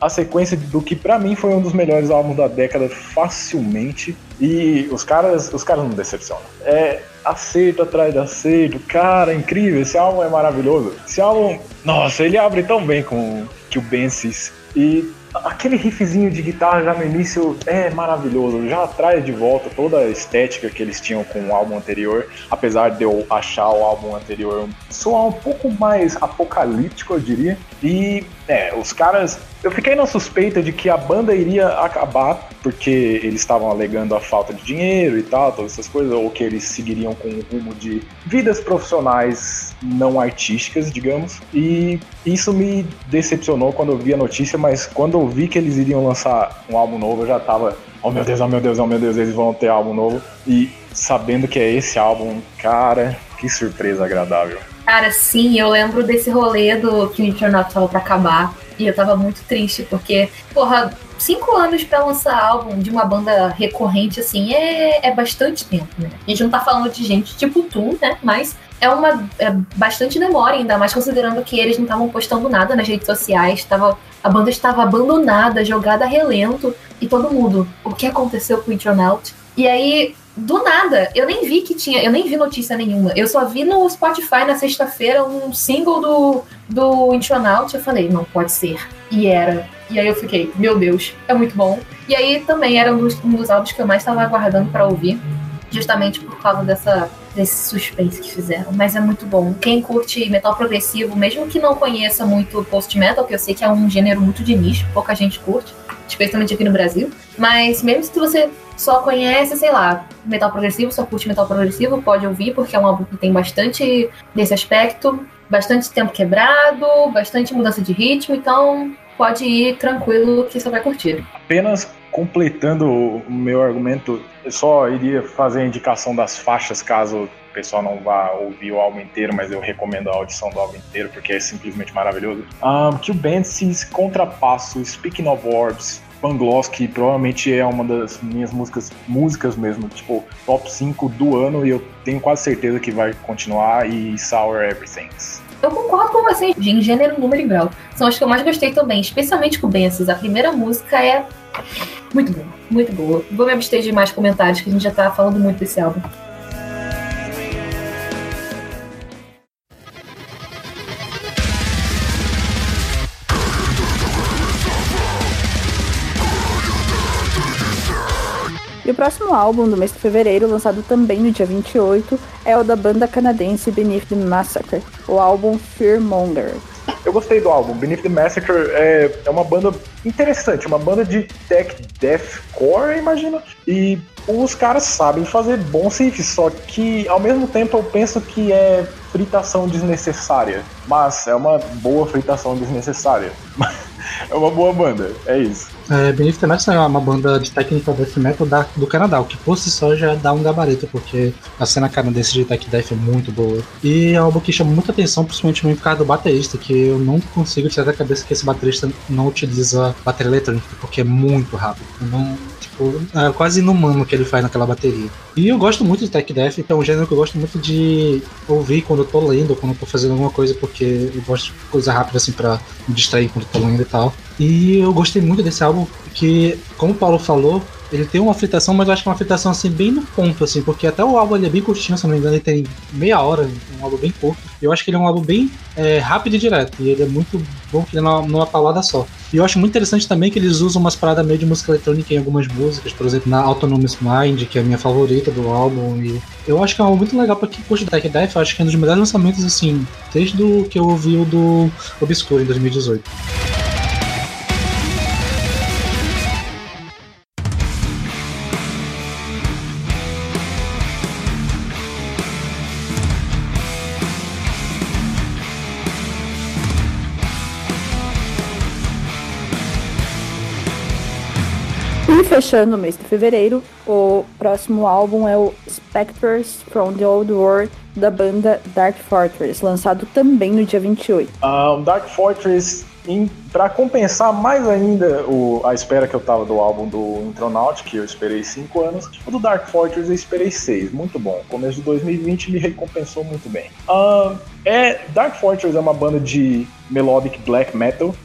Speaker 4: a sequência do que pra mim foi um dos melhores álbuns da década facilmente. E os caras, os caras não decepcionam. É acerto atrás de acerto, cara, incrível. Esse álbum é maravilhoso. Esse álbum, nossa, ele abre tão bem com que o Bencis. E aquele riffzinho de guitarra já no início é maravilhoso, já traz de volta toda a estética que eles tinham com o álbum anterior, apesar de eu achar o álbum anterior soar um pouco mais apocalíptico, eu diria. E é, os caras, eu fiquei na suspeita de que a banda iria acabar, porque eles estavam alegando a falta de dinheiro e tal, todas essas coisas, ou que eles seguiriam com um rumo de vidas profissionais não artísticas, digamos. E isso me decepcionou quando eu vi a notícia, mas quando eu vi que eles iriam lançar um álbum novo, eu já tava, oh meu Deus, oh meu Deus, oh meu Deus, eles vão ter álbum novo. E sabendo que é esse álbum, cara, que surpresa agradável.
Speaker 3: Cara, sim, eu lembro desse rolê do que o Internauta tava pra acabar. E eu tava muito triste, porque, porra, cinco anos pra lançar álbum de uma banda recorrente, assim, é, é bastante tempo, né? A gente não tá falando de gente tipo tu, né? Mas é uma é bastante demora, ainda mais considerando que eles não estavam postando nada nas redes sociais. Tava, a banda estava abandonada, jogada a relento. E todo mundo, o que aconteceu com o Internauta? E aí, do nada, eu nem vi que tinha, eu nem vi notícia nenhuma. Eu só vi no Spotify na sexta-feira um single do, do Internauta. Eu falei, não pode ser. E era. E aí eu fiquei, meu Deus, é muito bom. E aí também era um dos, um dos álbuns que eu mais estava aguardando pra ouvir. Justamente por causa dessa, desse suspense que fizeram. Mas é muito bom. Quem curte metal progressivo, mesmo que não conheça muito post-metal, que eu sei que é um gênero muito de nicho, pouca gente curte, especialmente aqui no Brasil. Mas mesmo se você só conhece, sei lá, metal progressivo, só curte metal progressivo, pode ouvir, porque é um álbum que tem bastante desse aspecto, bastante tempo quebrado, bastante mudança de ritmo, então pode ir tranquilo que você vai curtir.
Speaker 4: Apenas completando o meu argumento, eu só iria fazer a indicação das faixas, caso o pessoal não vá ouvir o álbum inteiro, mas eu recomendo a audição do álbum inteiro, porque é simplesmente maravilhoso. Um, que o Bencis, Contrapasso, Speaking of Orbs, Bangloss, que provavelmente é uma das minhas músicas, músicas mesmo, tipo, top cinco do ano, e eu tenho quase certeza que vai continuar, e Sour Everything.
Speaker 3: Eu concordo com vocês, em gênero, número e grau. São as que eu mais gostei também, especialmente com o Bencis. A primeira música é muito boa, muito boa. Vou me abster de mais comentários, que a gente já tá falando muito desse álbum.
Speaker 2: E o próximo álbum do mês de fevereiro, lançado também no dia vinte e oito, é o da banda canadense Beneath the Massacre, o álbum Fearmonger.
Speaker 4: Eu gostei do álbum. Beneath the Massacre é, é uma banda interessante, uma banda de tech deathcore, imagino. E os caras sabem fazer bons riffs, só que ao mesmo tempo eu penso que é fritação desnecessária. Mas é uma boa fritação desnecessária. É uma boa banda, é isso.
Speaker 5: É, Beneath the Massacre é uma banda de technical death metal da, do Canadá, o que por si só já dá um gabarito, porque a cena canadense de tech death é muito boa. E é algo que chama muita atenção, principalmente por causa do baterista, que eu não consigo tirar da cabeça que esse baterista não utiliza bateria eletrônica, porque é muito rápido. Eu não, tipo, é quase inumano o que ele faz naquela bateria. E eu gosto muito de tech death, que é um gênero que eu gosto muito de ouvir quando eu tô lendo, quando eu tô fazendo alguma coisa, porque eu gosto de coisa rápida assim pra me distrair quando eu tô lendo e tal. E eu gostei muito desse álbum, que, como o Paulo falou, ele tem uma fritação, mas eu acho que é uma fritação assim, bem no ponto, assim, porque até o álbum ele é bem curtinho, se não me engano, ele tem meia hora, um álbum bem curto. Eu acho que ele é um álbum bem é, rápido e direto, e ele é muito bom que ele é numa, numa paulada só. E eu acho muito interessante também que eles usam umas paradas meio de música eletrônica em algumas músicas, por exemplo, na Autonomous Mind, que é a minha favorita do álbum, e eu acho que é um álbum muito legal pra quem curte Tech Death. Eu acho que é um dos melhores lançamentos, assim, desde o que eu ouvi o do Obscure em dois mil e dezoito.
Speaker 2: E fechando o mês de fevereiro, o próximo álbum é o Spectres from the Old World, da banda Dark Fortress, lançado também no dia vinte e oito.
Speaker 4: Um, Dark Fortress, em, pra compensar mais ainda o, a espera que eu tava do álbum do Intronaut, que eu esperei cinco anos, o do Dark Fortress eu esperei seis, muito bom. O começo de dois mil e vinte me recompensou muito bem. Um, é, Dark Fortress é uma banda de melodic black metal,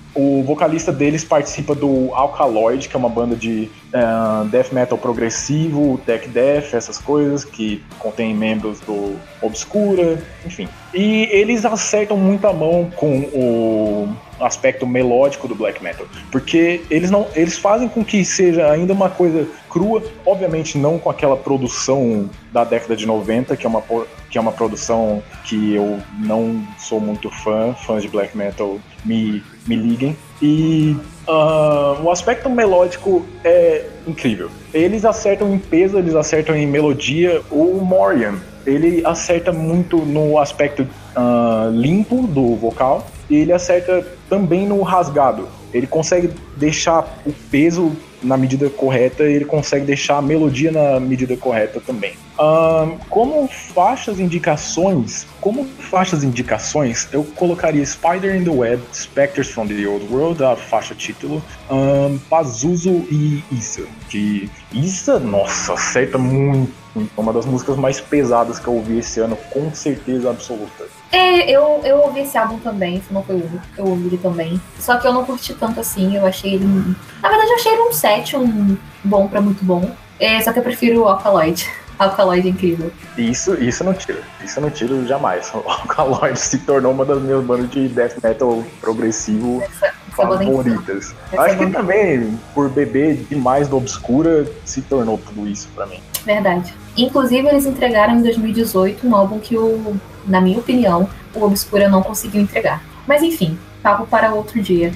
Speaker 4: O vocalista deles participa do Alkaloid, que é uma banda de uh, death metal progressivo, tech death, essas coisas, que contém membros do Obscura, enfim. E eles acertam muito a mão com o aspecto melódico do black metal, porque eles, não, eles fazem com que seja ainda uma coisa crua, obviamente não com aquela produção da década de noventa, que é uma, que é uma produção que eu não sou muito fã, fãs de black metal me, me liguem, e uh, o aspecto melódico é incrível. Eles acertam em peso, eles acertam em melodia. O Morian, ele acerta muito no aspecto uh, limpo do vocal, e ele acerta também no rasgado. Ele consegue deixar o peso na medida correta e ele consegue deixar a melodia na medida correta também. Um, como faixas indicações, como faixas indicações, eu colocaria Spider in the Web, Spectres from the Old World, a faixa título, um, Pazuzu e Issa. Que Issa, nossa, acerta muito. É uma das músicas mais pesadas que eu ouvi esse ano, com certeza absoluta.
Speaker 3: É, eu, eu ouvi esse álbum também, isso não foi o único, eu ouvi ele também. Só que eu não curti tanto assim, eu achei ele... Na verdade eu achei ele um sete, um bom pra muito bom. É, só que eu prefiro o Alkaloid. Alkaloid é incrível.
Speaker 4: Isso, isso não tira, isso não tiro jamais. O Alkaloid se tornou uma das minhas bandas de death metal progressivo essa, favoritas. Essa Acho que banda... também, por beber demais do Obscura, se tornou tudo isso pra mim.
Speaker 3: Verdade. Inclusive, eles entregaram em dois mil e dezoito um álbum que, o, na minha opinião, o Obscura não conseguiu entregar. Mas enfim, papo para outro dia.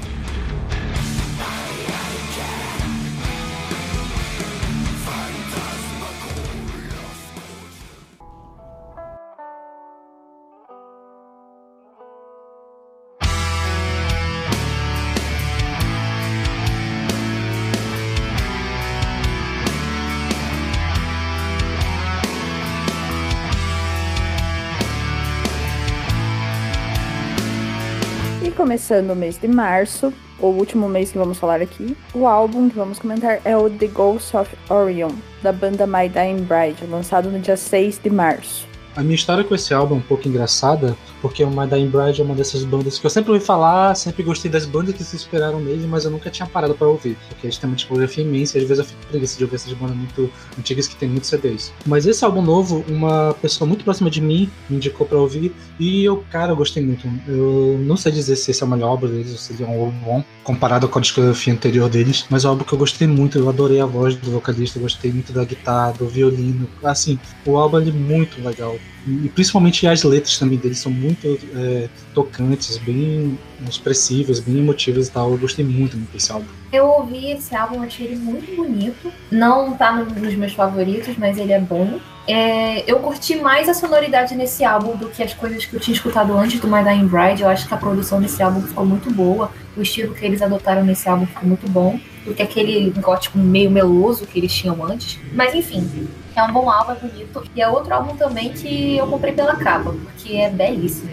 Speaker 2: Começando o mês de março, o último mês que vamos falar aqui, o álbum que vamos comentar é o The Ghost of Orion, da banda My Dying Bride, lançado no dia seis de março.
Speaker 5: A minha história com esse álbum é um pouco engraçada, porque o My Dying Bride é uma dessas bandas que eu sempre ouvi falar, sempre gostei das bandas que se inspiraram nele, mas eu nunca tinha parado pra ouvir, porque eles têm uma discografia imensa e às vezes eu fico preguiça de ouvir essas bandas muito antigas que tem muitos C Ds. Mas esse álbum novo, uma pessoa muito próxima de mim me indicou pra ouvir, e eu, cara, eu gostei muito. Eu não sei dizer se esse é o melhor álbum deles, ou se ele é um álbum bom, comparado com a discografia anterior deles, mas é um álbum que eu gostei muito, eu adorei a voz do vocalista, eu gostei muito da guitarra, do violino, assim, o álbum é muito legal. E principalmente as letras também deles são muito é, tocantes, bem expressivas, bem emotivas e tal. Eu gostei muito, muito desse álbum.
Speaker 3: Eu ouvi esse álbum, achei ele muito bonito. Não tá no, nos meus favoritos, mas ele é bom. É, eu curti mais a sonoridade nesse álbum do que as coisas que eu tinha escutado antes do My Dying Bride. Eu acho que a produção nesse álbum ficou muito boa. O estilo que eles adotaram nesse álbum ficou muito bom do que aquele gótico meio meloso que eles tinham antes. Mas enfim, é um bom álbum, é bonito. E é outro álbum também que eu comprei pela capa, porque é belíssimo.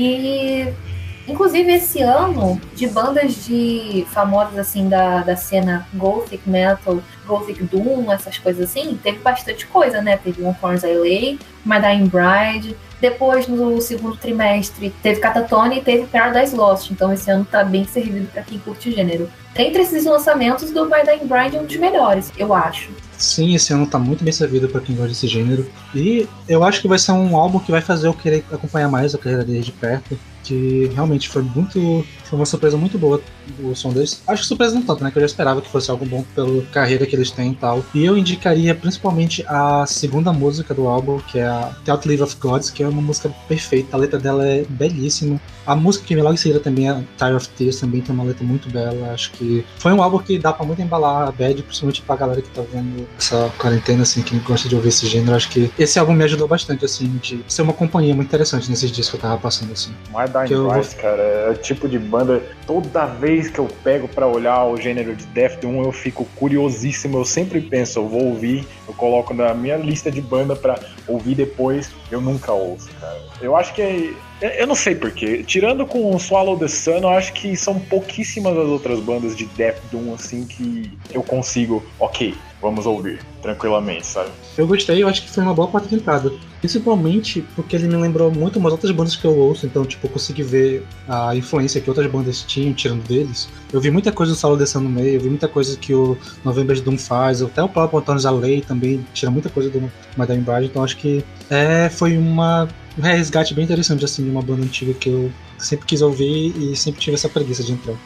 Speaker 3: E inclusive esse ano, de bandas de famosas assim da, da cena Gothic Metal, Gothic Doom, essas coisas assim, teve bastante coisa, né? Teve One Thorns I Lay, My Dying Bride. Depois, no segundo trimestre, teve Catatone e teve Paradise Lost. Então esse ano tá bem servido pra quem curte o gênero. Entre esses lançamentos, do My Dying Bride é um dos melhores, eu acho.
Speaker 5: Sim, esse ano tá muito bem servido pra quem gosta desse gênero. E eu acho que vai ser um álbum que vai fazer eu querer acompanhar mais a carreira dele de perto. Que realmente foi muito. Foi uma surpresa muito boa o som deles. Acho que surpresa não tanto, né? Que eu já esperava que fosse algo bom pela carreira que eles têm e tal. E eu indicaria principalmente a segunda música do álbum, que é a The Outlive of Gods, que é uma música perfeita. A letra dela é belíssima. A música que vem logo em seguida também, a Tire of Tears, também tem uma letra muito bela. Acho que foi um álbum que dá pra muito embalar a bad, principalmente pra galera que tá vendo essa quarentena, assim, que gosta de ouvir esse gênero. Acho que esse álbum me ajudou bastante, assim, de ser uma companhia muito interessante nesses dias que eu tava passando, assim.
Speaker 4: My Dying Bride, cara, é o tipo de banda, toda vez que eu pego pra olhar o gênero de Death Doom, eu fico curiosíssimo, eu sempre penso, eu vou ouvir, eu coloco na minha lista de banda pra ouvir depois, eu nunca ouço, cara. Eu acho que é, eu não sei porquê. Tirando com o Swallow the Sun, eu acho que são pouquíssimas as outras bandas de Death Doom, assim, que eu consigo, ok, vamos ouvir tranquilamente, sabe?
Speaker 5: Eu gostei, eu acho que foi uma boa porta de entrada. Principalmente porque ele me lembrou muito umas outras bandas que eu ouço, então, tipo, eu consegui ver a influência que outras bandas tinham, tirando deles. Eu vi muita coisa do Swallow the Sun no meio, eu vi muita coisa que o November's Doom faz, até o próprio António Alley também tira muita coisa do Madame Bride, então acho que é, foi uma, um resgate bem interessante, assim, de uma banda antiga que eu sempre quis ouvir e sempre tive essa preguiça de entrar.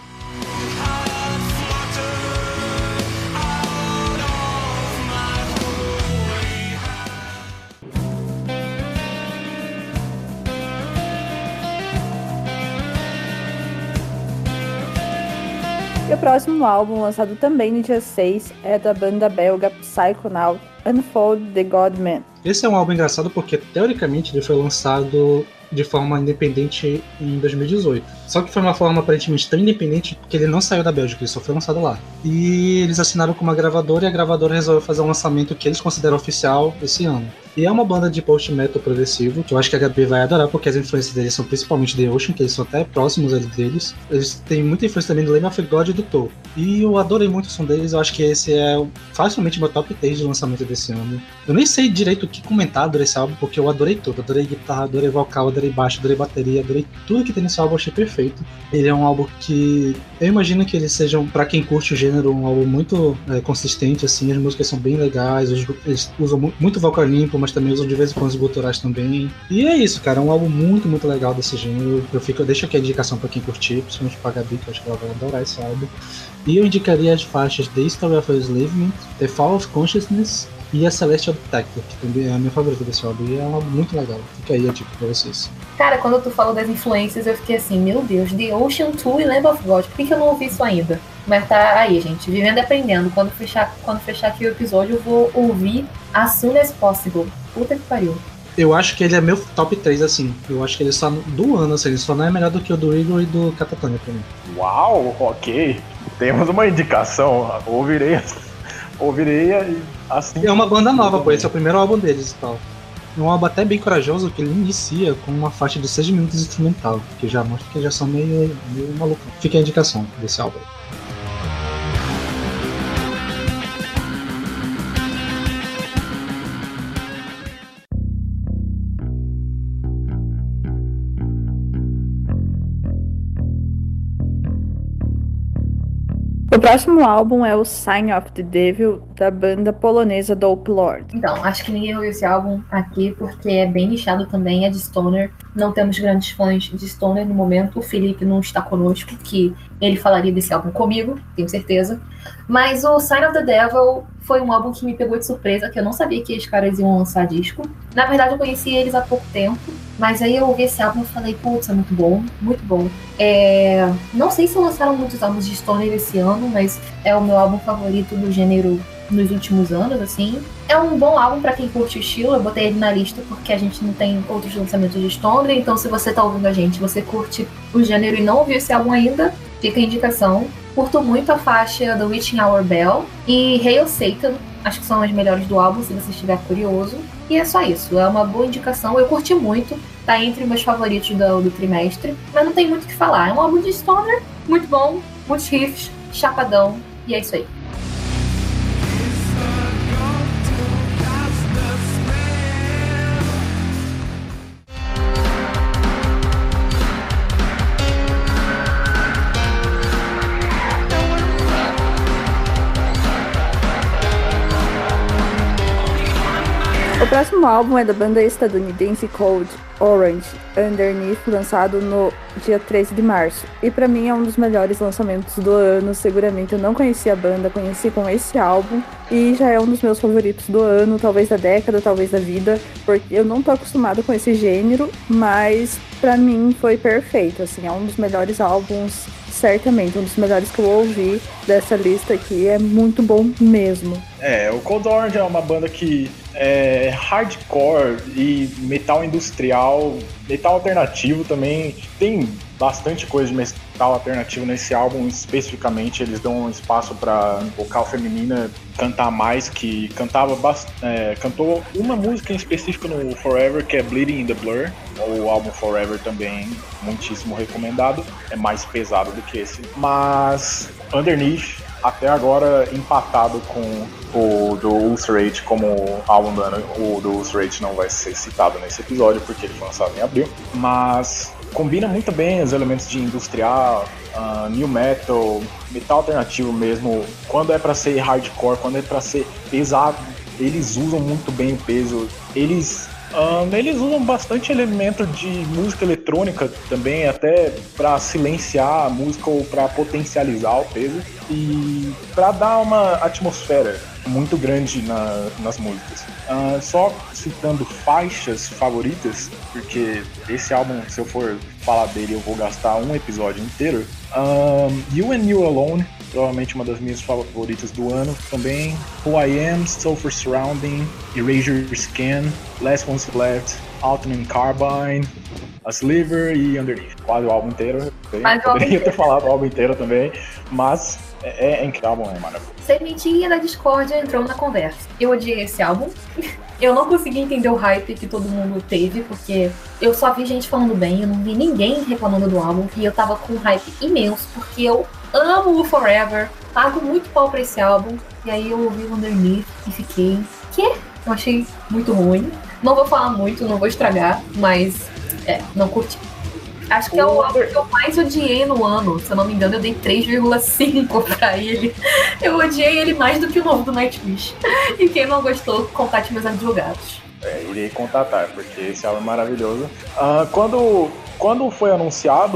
Speaker 2: E o próximo álbum, lançado também no dia seis, é da banda belga Psychonaut, Unfold the God-Man.
Speaker 5: Esse é um álbum engraçado porque, teoricamente, ele foi lançado de forma independente em dois mil e dezoito. Só que foi uma forma aparentemente tão independente porque ele não saiu da Bélgica, ele só foi lançado lá. E eles assinaram com uma gravadora e a gravadora resolveu fazer um lançamento que eles consideram oficial esse ano. E é uma banda de post-metal progressivo, que eu acho que a Gabi vai adorar, porque as influências deles são principalmente The Ocean, que eles são até próximos ali deles. Eles têm muita influência também do Lamb of God e do Toe. E eu adorei muito o som deles, eu acho que esse é facilmente meu top três de lançamento desse ano. Eu nem sei direito o que comentar desse álbum, porque eu adorei tudo. Adorei guitarra, adorei vocal, adorei baixo, adorei bateria, adorei tudo que tem nesse álbum, eu achei perfeito. Ele é um álbum que eu imagino que eles sejam, pra quem curte o gênero, um álbum muito é, consistente, assim, as músicas são bem legais, eles usam muito vocal limpo, mas também usam de vez em quando os guturais também. E é isso, cara, é um álbum muito, muito legal desse gênero. Eu, fico, eu deixo aqui a indicação pra quem curtir, principalmente pra Gabi, que eu acho que ela vai adorar esse álbum. E eu indicaria as faixas The Story of Enslavement, The Fall of Consciousness e a Celestial Detector, que também é a minha favorita desse álbum, e é um álbum muito legal. Fica aí a dica pra vocês.
Speaker 3: Cara, quando tu falou das influências, eu fiquei assim, meu Deus, The Ocean, Two e Lamb of God, por que, que eu não ouvi isso ainda? Mas tá aí, gente, vivendo e aprendendo. Quando fechar, quando fechar aqui o episódio, eu vou ouvir As Soon As Possible. Puta que pariu.
Speaker 5: Eu acho que ele é meu top três, assim. Eu acho que ele só do ano, assim, ele só não é melhor do que o do Igor e do Catatonia pra mim.
Speaker 4: Uau, ok. Temos uma indicação. Ouvirei, ouvirei assim.
Speaker 5: É uma banda nova, pô. Esse é o primeiro álbum deles e tal. É um álbum até bem corajoso, que ele inicia com uma faixa de seis minutos instrumental, que já mostra que já são meio, meio malucos. Fica a indicação desse álbum.
Speaker 2: O próximo álbum é o Sign of the Devil, da banda polonesa Dope Lord.
Speaker 3: Então, acho que ninguém ouviu esse álbum aqui, porque é bem nichado também, é de Stoner. Não temos grandes fãs de Stoner no momento. O Felipe não está conosco, que ele falaria desse álbum comigo, tenho certeza. Mas o Sign of the Devil foi um álbum que me pegou de surpresa, que eu não sabia que os caras iam lançar disco. Na verdade, eu conheci eles há pouco tempo, mas aí eu ouvi esse álbum e falei, putz, é muito bom, muito bom. É... Não sei se lançaram muitos álbuns de Stoner esse ano, mas é o meu álbum favorito do gênero nos últimos anos, assim. É um bom álbum pra quem curte o estilo, eu botei ele na lista porque a gente não tem outros lançamentos de Stoner, então se você tá ouvindo a gente, você curte o gênero e não ouviu esse álbum ainda, fica a indicação. Curto muito a faixa The Witching Hour Bell e Hail Satan, acho que são as melhores do álbum, se você estiver curioso. E é só isso, é uma boa indicação, eu curti muito, tá entre meus favoritos do, do trimestre, mas não tem muito o que falar, é um álbum de Stoner, muito bom, muitos riffs, chapadão, e é isso aí.
Speaker 2: O próximo álbum é da banda estadunidense Cold Orange Underneath, lançado no dia treze de março. E pra mim é um dos melhores lançamentos do ano, seguramente. Eu não conhecia a banda, conheci com esse álbum e já é um dos meus favoritos do ano, talvez da década, talvez da vida, porque eu não tô acostumada com esse gênero, mas pra mim foi perfeito, assim, é um dos melhores álbuns, certamente, um dos melhores que eu ouvi dessa lista aqui, é muito bom mesmo.
Speaker 4: É, o Cold Orange é uma banda que é, hardcore e metal industrial, metal alternativo também. Tem bastante coisa de metal alternativo nesse álbum, especificamente. Eles dão um espaço para vocal feminina cantar mais, que cantava bast- é, cantou uma música em específico no Forever, que é Bleeding in the Blur. O álbum Forever também, muitíssimo recomendado. É mais pesado do que esse. Mas Underneath, até agora empatado com o do Ulcerate como álbum do ano. O do Ulcerate não vai ser citado nesse episódio porque ele foi lançado em abril, mas combina muito bem os elementos de industrial, uh, new metal, metal alternativo mesmo. Quando é pra ser hardcore, quando é pra ser pesado, eles usam muito bem o peso. Eles Um, eles usam bastante elemento de música eletrônica também, até para silenciar a música ou para potencializar o peso e para dar uma atmosfera muito grande na, nas músicas. Uh, só citando faixas favoritas, porque esse álbum, se eu for falar dele, eu vou gastar um episódio inteiro. Um, You and You Alone, provavelmente uma das minhas favoritas do ano também. Who I Am, Sulfur Surrounding, Erase Your Skin, Last Ones Left, Alton Carbine, A Sliver e Underneath. Quase o álbum inteiro. Eu poderia ter falado o álbum inteiro também, mas é, é incrível, é maravilhoso.
Speaker 3: Sementinha da discórdia entrou na conversa. Eu odiei esse álbum. Eu não consegui entender o hype que todo mundo teve, porque eu só vi gente falando bem, eu não vi ninguém reclamando do álbum, e eu tava com um hype imenso, porque eu amo o Forever, pago muito pau pra esse álbum, e aí eu ouvi o Underneath e fiquei, quê? Eu achei muito ruim. Não vou falar muito, não vou estragar, mas é, não curti. Acho que é o álbum que eu mais odiei no ano. Se eu não me engano, eu dei três vírgula cinco pra ele. Eu odiei ele mais do que o novo do Nightwish. E quem não gostou, contate meus advogados.
Speaker 4: É, irei contatar, porque esse álbum é maravilhoso. Uh, quando, quando foi anunciado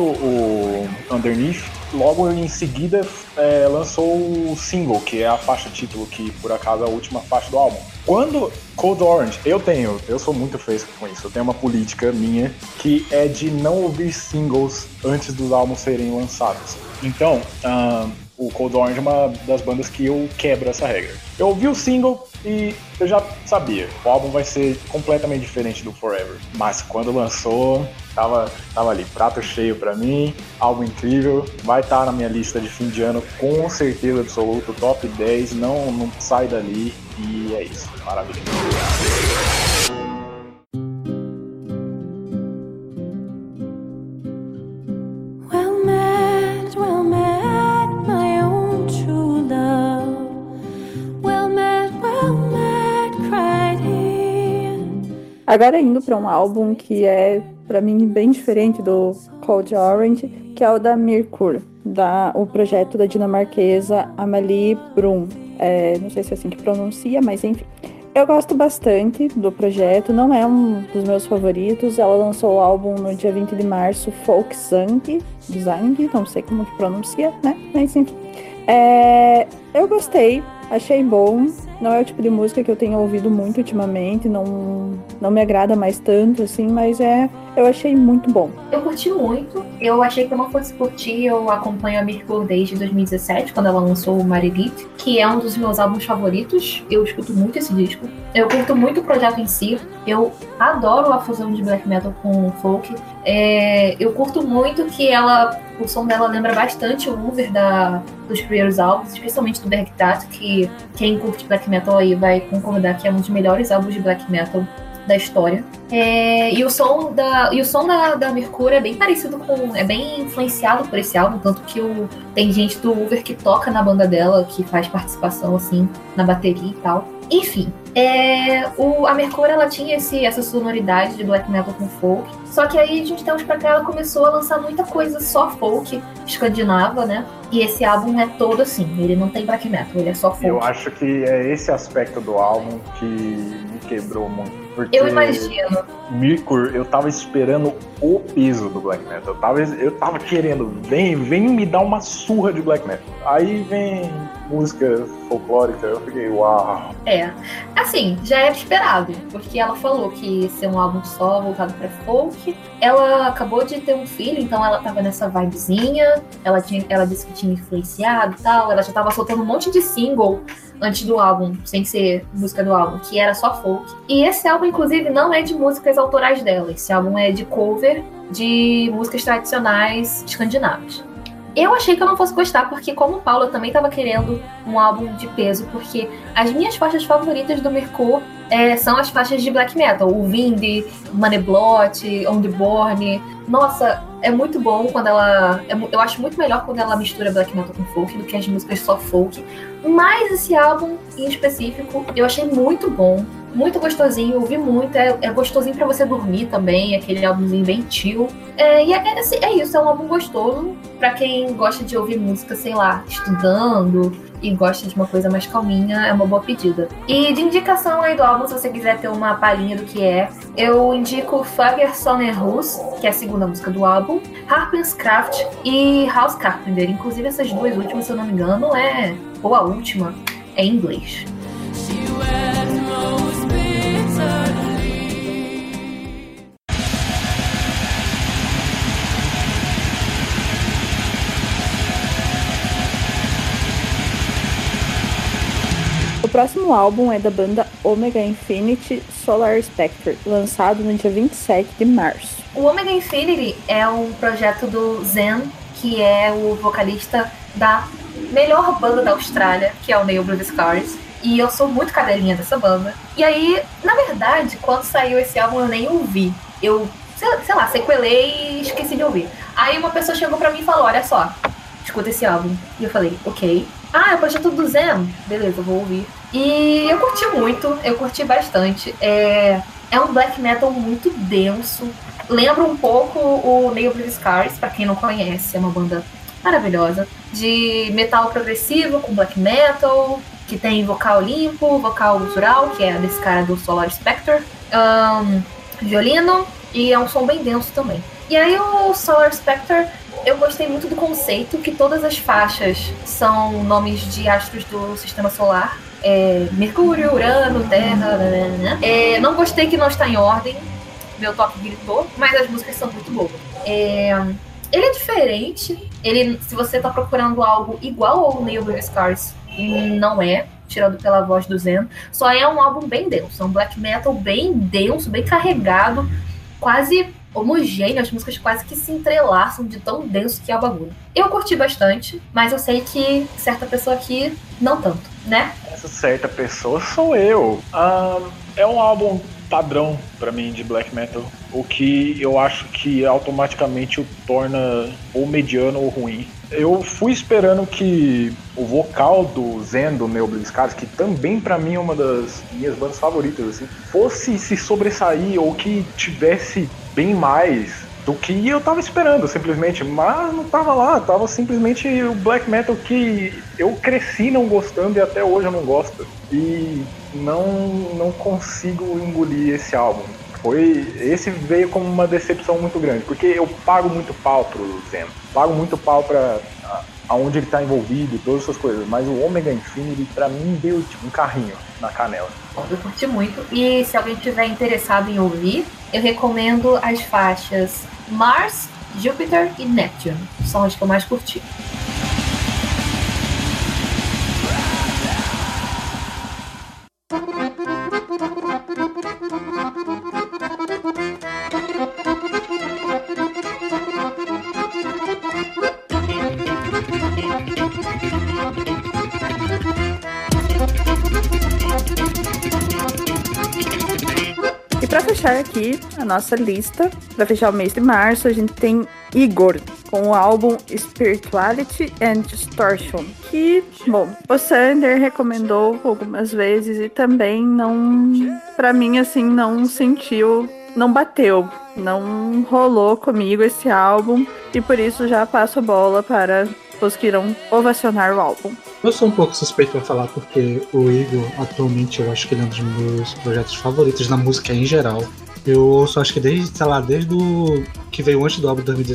Speaker 4: o Underneath, logo em seguida é, lançou o single, que é a faixa título, que por acaso é a última faixa do álbum. Quando Code Orange, eu tenho, eu sou muito fresco com isso, eu tenho uma política minha que é de não ouvir singles antes dos álbuns serem lançados. Então, uh, o Code Orange é uma das bandas que eu quebro essa regra. Eu ouvi o single e eu já sabia, o álbum vai ser completamente diferente do Forever. Mas quando lançou, tava, tava ali, prato cheio pra mim, álbum incrível, vai estar na minha lista de fim de ano com certeza absoluta, top dez, não, não sai dali, e é isso, maravilhoso.
Speaker 2: Agora indo para um álbum que é, para mim, bem diferente do Code Orange, que é o da Mercure, da, o projeto da dinamarquesa Amalie Bruun. É, não sei se é assim que pronuncia, mas enfim. Eu gosto bastante do projeto, não é um dos meus favoritos. Ela lançou o álbum no dia vinte de março, Folk Zang, Zang, não sei como que pronuncia, né? Mas enfim. É, eu gostei, achei bom. Não é o tipo de música que eu tenho ouvido muito ultimamente, não, não me agrada mais tanto, assim, mas é, eu achei muito bom.
Speaker 3: Eu curti muito, eu achei que eu não fosse curtir, eu acompanho a Mercure desde dois mil e dezessete, quando ela lançou o Marelit, que é um dos meus álbuns favoritos, eu escuto muito esse disco, eu curto muito o projeto em si, eu adoro a fusão de black metal com folk, é, eu curto muito que ela, o som dela lembra bastante o Uber da, dos primeiros álbuns, especialmente do Bergtatt, que quem curte black metal aí vai concordar que é um dos melhores álbuns de black metal da história. É, e o som da, e o som da, da Mercure é bem parecido com... É bem influenciado por esse álbum, tanto que o, tem gente do Uber que toca na banda dela, que faz participação, assim, na bateria e tal. Enfim, é, o, a Mercure, ela tinha esse, essa sonoridade de black metal com folk, só que aí, de uns tempos pra cá, ela começou a lançar muita coisa só folk, escandinava, né? E esse álbum é todo assim, ele não tem black metal, ele é só folk.
Speaker 4: Eu acho que é esse aspecto do álbum que me quebrou muito. Porque
Speaker 3: eu imagino.
Speaker 4: Mercure, eu tava esperando o peso do black metal. Eu tava, eu tava querendo, vem, vem me dar uma surra de black metal. Aí vem música folclórica, eu fiquei, uau.
Speaker 3: É, assim, já era esperado, porque ela falou que ia ser um álbum só voltado pra folk. Ela acabou de ter um filho, então ela tava nessa vibezinha. Ela, tinha, ela disse que tinha influenciado e tal. Ela já tava soltando um monte de single antes do álbum, sem ser música do álbum, que era só folk. E esse álbum, inclusive, não é de músicas autorais dela. Esse álbum é de cover de músicas tradicionais escandinavas. Eu achei que eu não fosse gostar, porque como o Paulo, eu também tava querendo um álbum de peso, porque as minhas faixas favoritas do Mirko é, são as faixas de black metal. O Vindi, Manneblot, On The Born. Nossa, é muito bom quando ela... É, eu acho muito melhor quando ela mistura black metal com folk do que as músicas só folk. Mas esse álbum, em específico, eu achei muito bom. Muito gostosinho, ouvi muito. É, é gostosinho pra você dormir também, aquele álbumzinho bem chill. É, e é, é, é isso, é um álbum gostoso pra quem gosta de ouvir música, sei lá, estudando e gosta de uma coisa mais calminha, é uma boa pedida. E de indicação aí do álbum, se você quiser ter uma palhinha do que é, eu indico Fager Sonnerhus, que é a segunda música do álbum, Harpenskraft e House Carpenter. Inclusive essas duas últimas, se eu não me engano, é... ou a última, é em inglês.
Speaker 2: O próximo álbum é da banda Omega Infinity Solar Spectre, lançado no dia vinte e sete de março.
Speaker 3: O Omega Infinity é um projeto do Zen, que é o vocalista da melhor banda da Austrália, que é o Neil Blue Scars. E eu sou muito cadelinha dessa banda. E aí, na verdade, quando saiu esse álbum eu nem ouvi. Eu, sei, sei lá, sequelei e esqueci de ouvir. Aí uma pessoa chegou pra mim e falou, olha só, escuta esse álbum. E eu falei, ok. Ah, é o projeto do Zen? Beleza, eu vou ouvir. E eu curti muito, eu curti bastante. É, é um black metal muito denso. Lembra um pouco o Neil Blue Scars, pra quem não conhece, é uma banda maravilhosa. De metal progressivo com black metal, que tem vocal limpo, vocal gutural, que é desse cara do Solar Spectre, um, violino, e é um som bem denso também. E aí o Solar Spectre, eu gostei muito do conceito, que todas as faixas são nomes de astros do Sistema Solar. É, Mercúrio, Urano, Terra, né? É, não gostei que não está em ordem, meu toque gritou, mas as músicas são muito boas. É, ele é diferente, ele, se você está procurando algo igual ao Neil Blue Scars, não é, tirando pela voz do Zen, só é um álbum bem denso, é um black metal bem denso, bem carregado, quase homogêneo, as músicas quase que se entrelaçam de tão denso que é o bagulho. Eu curti bastante, mas eu sei que certa pessoa aqui não tanto, né?
Speaker 4: Essa certa pessoa sou eu. Ah, é um álbum padrão pra mim de black metal, o que eu acho que automaticamente o torna ou mediano ou ruim. Eu fui esperando que o vocal do Zen, do Neil Blue Scars, que também pra mim é uma das minhas bandas favoritas, assim, fosse se sobressair ou que tivesse bem mais do que eu tava esperando, simplesmente, mas não tava lá, tava simplesmente o black metal que eu cresci não gostando e até hoje eu não gosto, e não, não consigo engolir esse álbum. Foi, esse veio como uma decepção muito grande, porque eu pago muito pau pro Zen, pago muito pau pra aonde ele tá envolvido e todas essas coisas, mas o Omega Infinity pra mim deu tipo um carrinho na canela.
Speaker 3: Eu curti muito, e se alguém tiver interessado em ouvir, eu recomendo as faixas Mars, Júpiter e Neptune, são as que eu mais curti.
Speaker 2: E para fechar aqui a nossa lista, para fechar o mês de março, a gente tem Igor, com o álbum Spirituality and Distortion, que, bom, o Sander recomendou algumas vezes e também não, para mim, assim, não sentiu, não bateu, não rolou comigo esse álbum, e por isso já passo a bola para os que irão ovacionar o álbum.
Speaker 5: Eu sou um pouco suspeito pra falar, porque o Igor, atualmente, eu acho que ele é um dos meus projetos favoritos na música em geral. Eu ouço, acho que desde, sei lá, desde o que veio antes do álbum de dois mil e dezesseis,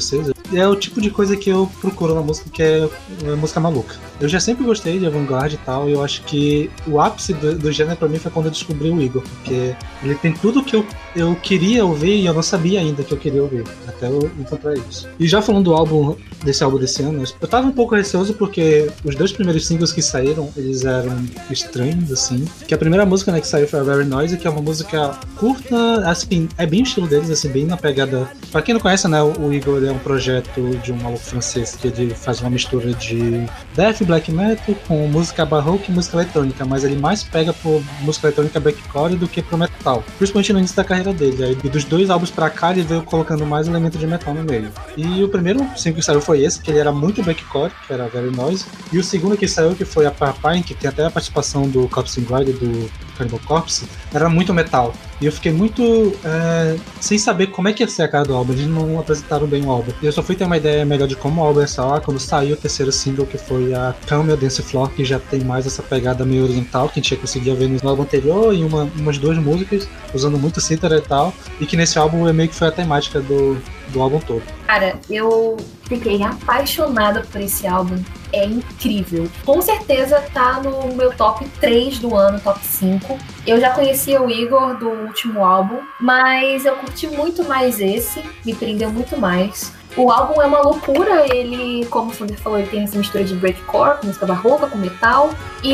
Speaker 5: é o tipo de coisa que eu procuro na música, que é, é música maluca. Eu já sempre gostei de avant-garde e tal, e eu acho que o ápice do, do gênero pra mim foi quando eu descobri o Igor, porque ele tem tudo que eu, eu queria ouvir e eu não sabia ainda que eu queria ouvir, até eu encontrar isso. E já falando do álbum, desse álbum desse ano, eu tava um pouco receoso porque os dois primeiros singles que saíram, eles eram estranhos, assim, que a primeira música, né, que saiu foi a Very Noisy, que é uma música curta, assim, é bem o estilo deles, assim, bem na pegada... Pra quem não conhece, né, o Igor é um projeto de um maluco francês que ele faz uma mistura de death, black metal com música barroca e música eletrônica, mas ele mais pega por música eletrônica breakcore do que pro metal, principalmente no início da carreira dele. Aí, e dos dois álbuns pra cá ele veio colocando mais elementos de metal no meio. E o primeiro single que saiu foi esse, que ele era muito breakcore, que era Very Noise, e o segundo que saiu, que foi a Parpine, que tem até a participação do Corpse Bride, do Cannibal Corpse, era muito metal. E eu fiquei muito é, sem saber como é que ia ser a cara do álbum. Eles não apresentaram bem o álbum. E eu só fui ter uma ideia melhor de como o álbum ia soar quando saiu o terceiro single, que foi a Calm Your Dance Floor, que já tem mais essa pegada meio oriental, que a gente já conseguia ver no álbum anterior, e uma, umas duas músicas, usando muito cítara e tal, e que nesse álbum é meio que foi a temática do, do álbum todo.
Speaker 3: Cara, eu fiquei apaixonada por esse álbum. É incrível. Com certeza tá no meu top três do ano, top cinco. Eu já conhecia o Igor do último álbum, mas eu curti muito mais esse, me prendeu muito mais. O álbum é uma loucura, ele, como o Sander falou, ele tem essa mistura de breakcore, com música barroca, com metal.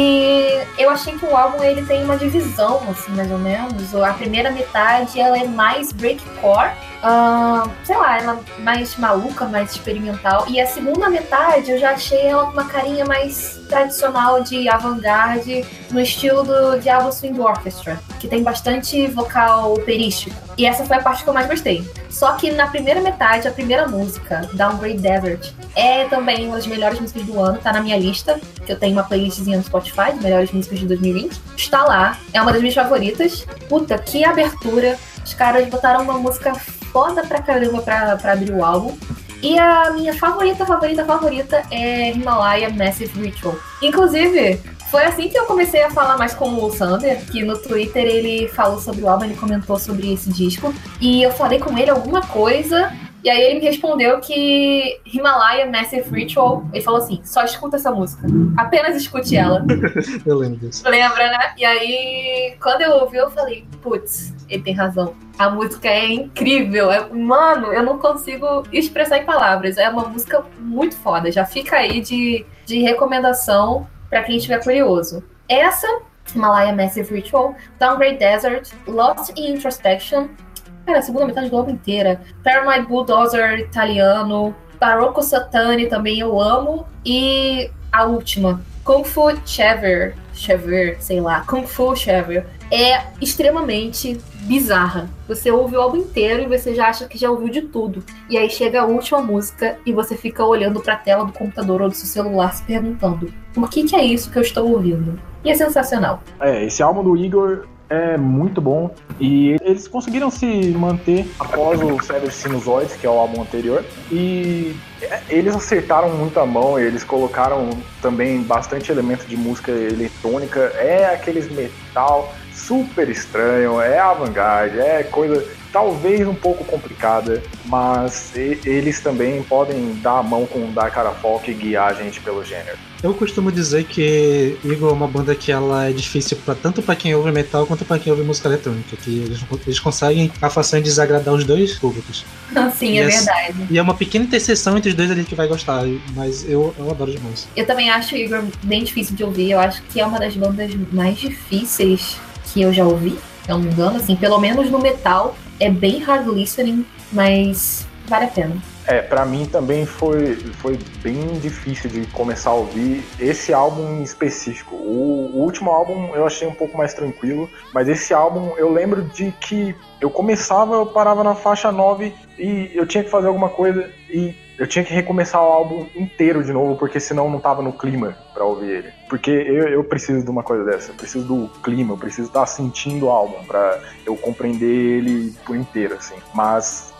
Speaker 3: E eu achei que o álbum ele tem uma divisão, assim, mais ou menos. A primeira metade ela é mais breakcore, uh, sei lá, ela é mais maluca, mais experimental. E a segunda metade eu já achei ela com uma carinha mais tradicional de avant-garde, no estilo do Diablo Swing Orchestra, que tem bastante vocal operístico. E essa foi a parte que eu mais gostei. Só que na primeira metade, a primeira música, Downgrade Desert, é também uma das melhores músicas do ano, tá na minha lista, que eu tenho uma playlistzinha no Spotify, de melhores músicas de dois mil e vinte. Está lá, é uma das minhas favoritas. Puta, que abertura. Os caras botaram uma música foda pra caramba pra, pra abrir o álbum. E a minha favorita, favorita, favorita é Himalaya Massive Ritual. Inclusive, foi assim que eu comecei a falar mais com o Sander, que no Twitter ele falou sobre o álbum, ele comentou sobre esse disco. E eu falei com ele alguma coisa, e aí ele me respondeu que Himalaya Massive Ritual, ele falou assim, só escuta essa música, apenas escute ela.
Speaker 5: Eu lembro disso.
Speaker 3: Lembra, né? E aí, quando eu ouvi, eu falei, putz, ele tem razão. A música é incrível. É, mano, eu não consigo expressar em palavras. É uma música muito foda. Já fica aí de, de recomendação pra quem estiver curioso. Essa, Himalaya Massive Ritual, Downgrade Desert, Lost in Introspection, cara, a segunda metade do álbum inteira, Paranoid Bulldozer italiano, Barocco Satani também eu amo, e a última, Kung Fu Chever, Chever, sei lá, Kung Fu Chever, é extremamente bizarra. Você ouve o álbum inteiro e você já acha que já ouviu de tudo. E aí chega a última música e você fica olhando pra tela do computador ou do seu celular se perguntando, por que que é isso que eu estou ouvindo? E é sensacional.
Speaker 4: É, esse álbum do Igor é muito bom e eles conseguiram se manter após o Severed Sinusoids, que é o álbum anterior, e eles acertaram muito a mão, eles colocaram também bastante elemento de música eletrônica, é aqueles metal super estranho, é avant-garde, é coisa talvez um pouco complicada, mas e, eles também podem dar a mão com o Dark Arafolk e guiar a gente pelo gênero.
Speaker 5: Eu costumo dizer que Igor é uma banda que ela é difícil pra, tanto pra quem ouve metal quanto pra quem ouve música eletrônica, que eles, eles conseguem a façanha de desagradar os dois públicos.
Speaker 3: Sim,
Speaker 5: e
Speaker 3: é
Speaker 5: é,
Speaker 3: verdade.
Speaker 5: E é uma pequena interseção entre os dois ali que vai gostar, mas eu, eu adoro demais.
Speaker 3: Eu também acho o Igor bem difícil de ouvir, eu acho que é uma das bandas mais difíceis que eu já ouvi, se eu não me engano, assim, pelo menos no metal, é bem hard listening, mas vale a pena.
Speaker 4: É, pra mim também foi, foi bem difícil de começar a ouvir esse álbum em específico. O, o último álbum eu achei um pouco mais tranquilo, mas esse álbum eu lembro de que eu começava, eu parava na faixa nove e eu tinha que fazer alguma coisa e eu tinha que recomeçar o álbum inteiro de novo, porque senão eu não tava no clima pra ouvir ele. Porque eu, eu preciso de uma coisa dessa, eu preciso do clima, eu preciso estar sentindo o álbum pra eu compreender ele por inteiro, assim. Mas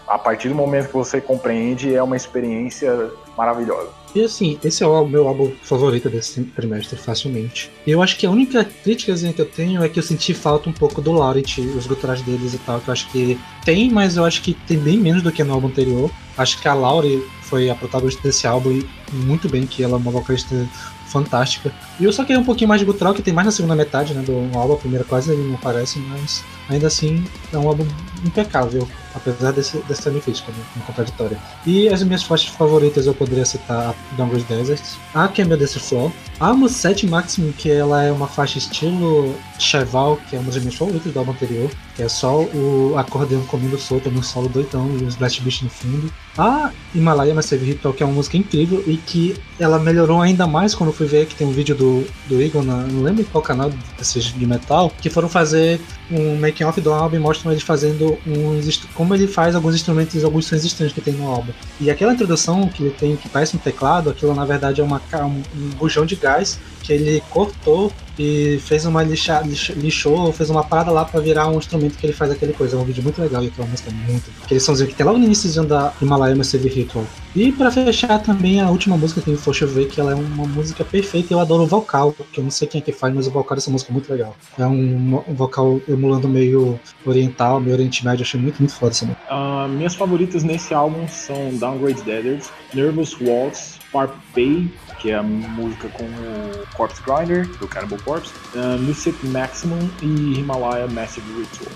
Speaker 4: a partir do momento que você compreende, é uma experiência maravilhosa.
Speaker 5: E assim, esse é o meu álbum favorito desse trimestre, facilmente. E eu acho que a única críticazinha que eu tenho é que eu senti falta um pouco do Laurent, os guturais deles e tal, que eu acho que tem, mas eu acho que tem bem menos do que no álbum anterior. Acho que a Laurie foi a protagonista desse álbum e muito bem, que ela é uma vocalista fantástica. E eu só queria um pouquinho mais de gutural, que tem mais na segunda metade, né, do álbum. A primeira quase ele não aparece, mas ainda assim é um álbum impecável, apesar desse, dessa minha crítica, né, contraditória. E as minhas faixas favoritas eu poderia citar Downgrade Desert, a Camel Dance Floor, a Musette Maximum, que ela é uma faixa estilo Cheval, que é uma das minhas favoritas do álbum anterior, que é só o acordeão comendo solto no solo doidão e os Blast Beast no fundo. A Himalaya Massive Ritual, que é uma música incrível e que ela melhorou ainda mais quando eu fui ver que tem um vídeo do, do Igor, na, não lembro qual canal desses de metal, que foram fazer um making off do álbum e mostram eles fazendo uns, como ele faz alguns instrumentos e alguns sons estranhos que tem no álbum. E aquela introdução que ele tem, que parece um teclado, aquilo na verdade é uma, um, um bujão de gás que ele cortou e fez uma lixa, lixa, lixou, fez uma parada lá pra virar um instrumento que ele faz aquele coisa. É um vídeo muito legal e aquela música é muito. Aquele somzinho que tem logo no início da Himalaya Massive Ritual. E pra fechar também a última música que For Chover, que ela é uma música perfeita. Eu adoro o vocal, que eu não sei quem é que faz, mas o vocal dessa música é muito legal. É um, um vocal emulando meio oriental, meio Oriente Médio. Eu achei muito, muito foda essa música.
Speaker 4: Uh, minhas favoritas nesse álbum são Downgrade Desert, Nervous Waltz, Parpay, que é a música com o Corpse Grinder, do Cannibal Corpse, uh, Lucid Maximum e Himalaya Massive Ritual.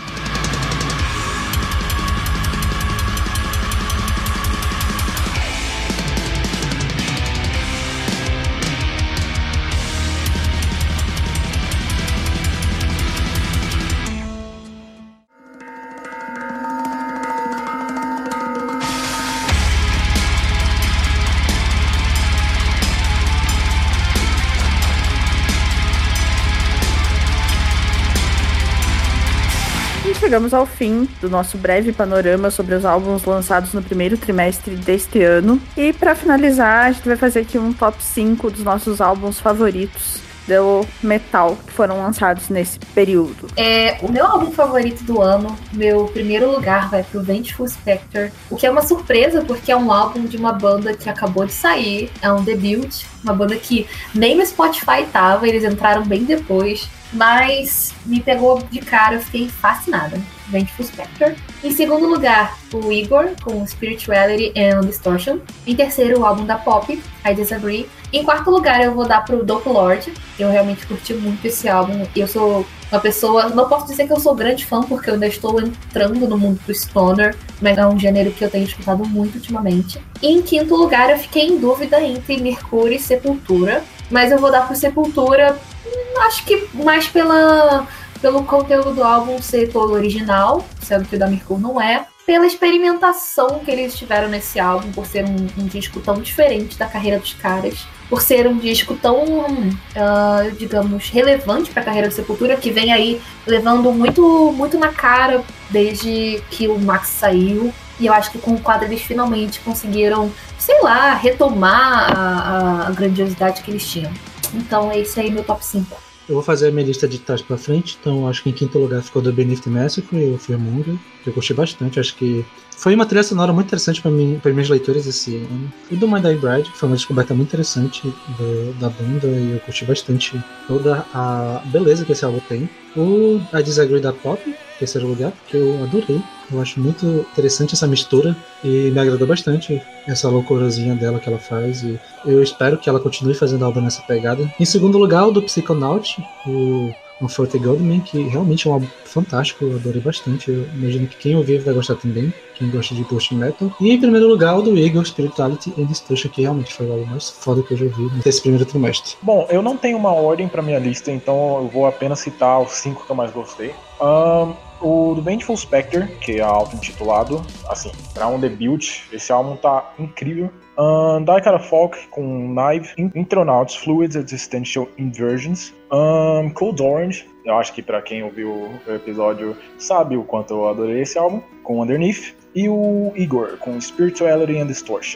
Speaker 2: Chegamos ao fim do nosso breve panorama sobre os álbuns lançados no primeiro trimestre deste ano. E para finalizar, a gente vai fazer aqui um top cinco dos nossos álbuns favoritos do metal que foram lançados nesse período.
Speaker 3: É, o meu álbum favorito do ano, meu primeiro lugar vai pro Vengeful Spectre, o que é uma surpresa porque é um álbum de uma banda que acabou de sair, é um debut, uma banda que nem no Spotify tava, eles entraram bem depois, mas me pegou de cara, eu fiquei fascinada. Vengeful Spectre. Em segundo lugar, o Igor, com Spirituality and Distortion. Em terceiro, o álbum da Pop, I Disagree. Em quarto lugar, eu vou dar pro Dope Lord. Eu realmente curti muito esse álbum. Eu sou uma pessoa... Não posso dizer que eu sou grande fã, porque eu ainda estou entrando no mundo do Stoner, mas é um gênero que eu tenho escutado muito ultimamente. E em quinto lugar, eu fiquei em dúvida entre Mercúrio e Sepultura. Mas eu vou dar pro Sepultura, acho que mais pela... pelo conteúdo do álbum ser todo original, sendo que o da Mercúrio não é, pela experimentação que eles tiveram nesse álbum, por ser um, um disco tão diferente da carreira dos caras, por ser um disco tão, uh, digamos, relevante para a carreira do Sepultura, que vem aí levando muito, muito na cara desde que o Max saiu, e eu acho que com o quadro eles finalmente conseguiram, sei lá, retomar a, a grandiosidade que eles tinham. Então esse aí é meu top cinco.
Speaker 5: Eu vou fazer a minha lista de trás pra frente, então acho que em quinto lugar ficou The Beneath the Massacre e o Fearmonger, que eu gostei bastante, acho que foi uma trilha sonora muito interessante pra, mim, pra minhas leituras esse ano. E do My Die Bride, que foi uma descoberta muito interessante do, da banda, e eu curti bastante toda a beleza que esse álbum tem. O I Disagree da Pop, terceiro lugar, que eu adorei. Eu acho muito interessante essa mistura e me agradou bastante essa loucurazinha dela que ela faz, e eu espero que ela continue fazendo álbum nessa pegada. Em segundo lugar, o do Psychonaut, o Unforty Goldman, que realmente é um álbum fantástico, eu adorei bastante. Eu imagino que quem ouvir vai gostar também, quem gosta de post metal. E em primeiro lugar, o do Igor, Spirituality and Distortion, que realmente foi o álbum mais foda que eu já ouvi nesse primeiro trimestre.
Speaker 4: Bom, eu não tenho uma ordem pra minha lista, então eu vou apenas citar os cinco que eu mais gostei. Um, o do Vengeful Spectre, que é auto-intitulado, assim, pra um debut, esse álbum tá incrível. Um, Die Catafalque com Knife, Intronauts, Fluids, Existential Inversions, um, Cold Orange, eu acho que pra quem ouviu o episódio sabe o quanto eu adorei esse álbum, com Underneath, e o Igor com Spirituality and Distortion.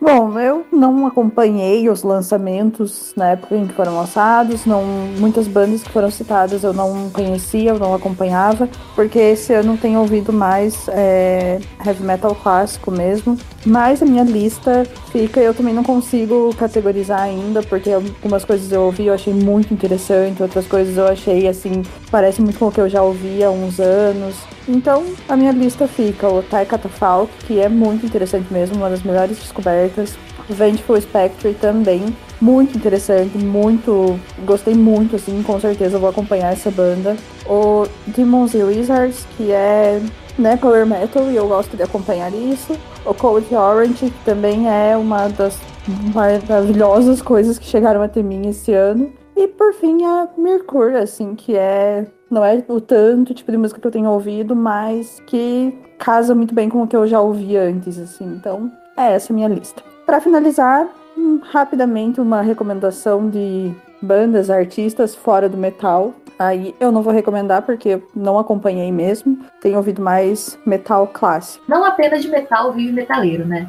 Speaker 2: Bom, eu não acompanhei os lançamentos na época em que foram lançados, não, muitas bandas que foram citadas eu não conhecia, eu não acompanhava, porque esse ano tenho ouvido mais é, heavy metal clássico mesmo, mas a minha lista fica, eu também não consigo categorizar ainda, porque algumas coisas eu ouvi, eu achei muito interessante, outras coisas eu achei assim, parece muito com o que eu já ouvi há uns anos. Então, a minha lista fica o Thai Catafalque, que é muito interessante mesmo, uma das melhores descobertas. O Vengeful Spectre também, muito interessante, muito... Gostei muito, assim, com certeza eu vou acompanhar essa banda. O Demons and Wizards, que é, né, power metal, e eu gosto de acompanhar isso. O Cold Orange, que também é uma das maravilhosas coisas que chegaram até mim esse ano. E, por fim, a Mercúrio, assim, que é... Não é o tanto tipo de música que eu tenho ouvido, mas que casa muito bem com o que eu já ouvi antes, assim. Então, é essa a minha lista. Para finalizar, hum, rapidamente uma recomendação de bandas, artistas fora do metal. Aí eu não vou recomendar porque eu não acompanhei mesmo. Tenho ouvido mais metal clássico.
Speaker 3: Não apenas de metal, vive metaleiro, né?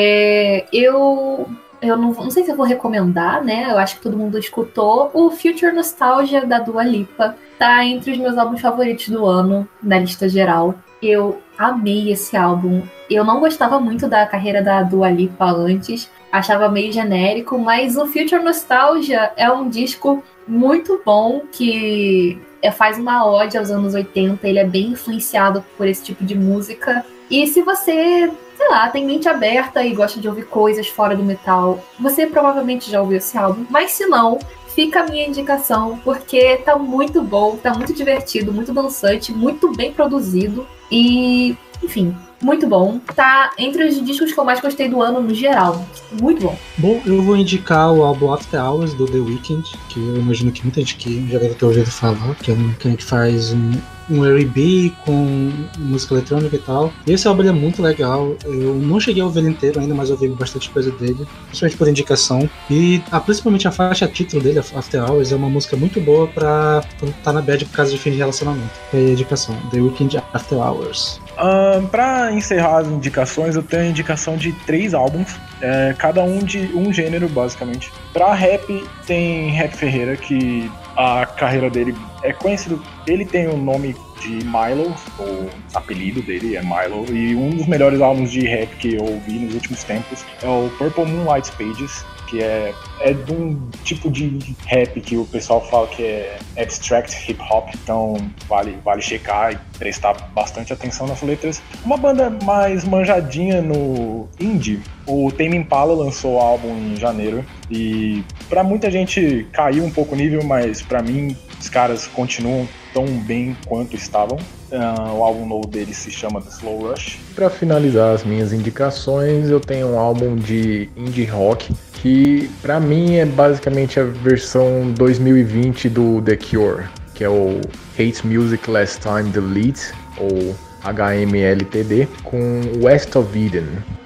Speaker 3: É, eu... Eu não, não sei se eu vou recomendar, né? Eu acho que todo mundo escutou. O Future Nostalgia, da Dua Lipa, tá entre os meus álbuns favoritos do ano, na lista geral. Eu amei esse álbum. Eu não gostava muito da carreira da Dua Lipa antes. Achava meio genérico, mas o Future Nostalgia é um disco muito bom, que faz uma ode aos anos oitenta. Ele é bem influenciado por esse tipo de música. E se você... sei lá, tem mente aberta e gosta de ouvir coisas fora do metal, você provavelmente já ouviu esse álbum, mas se não, fica a minha indicação, porque tá muito bom, tá muito divertido, muito dançante, muito bem produzido e, enfim, muito bom. Tá entre os discos que eu mais gostei do ano no geral. Muito bom.
Speaker 5: Bom, eu vou indicar o álbum After Hours do The Weeknd, que eu imagino que muita gente que já deve ter ouvido falar, que é um cara que faz um, um R and B com música eletrônica e tal. E esse álbum é muito legal. Eu não cheguei a ouvir ele inteiro ainda, mas eu ouvi bastante coisa dele, principalmente por indicação. E ah, principalmente a faixa título dele, After Hours, é uma música muito boa pra quando tá na bad por causa de fim de relacionamento. É a indicação, The Weeknd After Hours.
Speaker 4: Uh, pra encerrar as indicações, eu tenho a indicação de três álbuns, é, cada um de um gênero, basicamente. Pra rap, tem Rap Ferreira, que a carreira dele é conhecido. Ele tem o nome de Milo, o apelido dele é Milo, e um dos melhores álbuns de rap que eu ouvi nos últimos tempos é o Purple Moonlight Pages, que é, é de um tipo de rap que o pessoal fala que é abstract hip hop, então vale, vale checar e prestar bastante atenção nas letras. Uma banda mais manjadinha no indie, o Tame Impala lançou o álbum em janeiro e pra muita gente caiu um pouco o nível, mas pra mim os caras continuam tão bem quanto estavam. Uh, o álbum novo deles se chama The Slow Rush. Para finalizar as minhas indicações, eu tenho um álbum de indie rock que pra mim é basicamente a versão dois mil e vinte do The Cure, que é o Hate Music Last Time Delete, ou H M L T D, com West of Eden.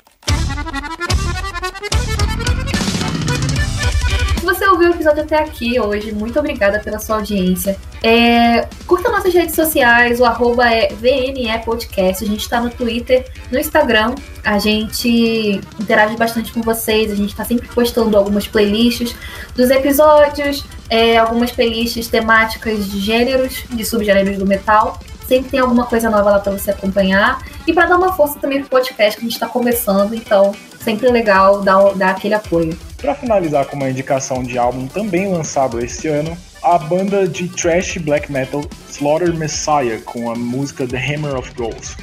Speaker 3: Se você ouviu o episódio até aqui hoje, muito obrigada pela sua audiência. É, curta nossas redes sociais, o arroba é V N E Podcast. A gente está no Twitter, no Instagram. A gente interage bastante com vocês. A gente está sempre postando algumas playlists dos episódios, é, algumas playlists temáticas de gêneros, de subgêneros do metal. Sempre tem alguma coisa nova lá para você acompanhar. E para dar uma força também pro podcast que a gente está começando. Então, sempre legal dar, dar aquele apoio.
Speaker 4: Para finalizar com uma indicação de álbum também lançado esse ano, a banda de thrash black metal Slaughter Messiah com a música The Hammer of Ghouls.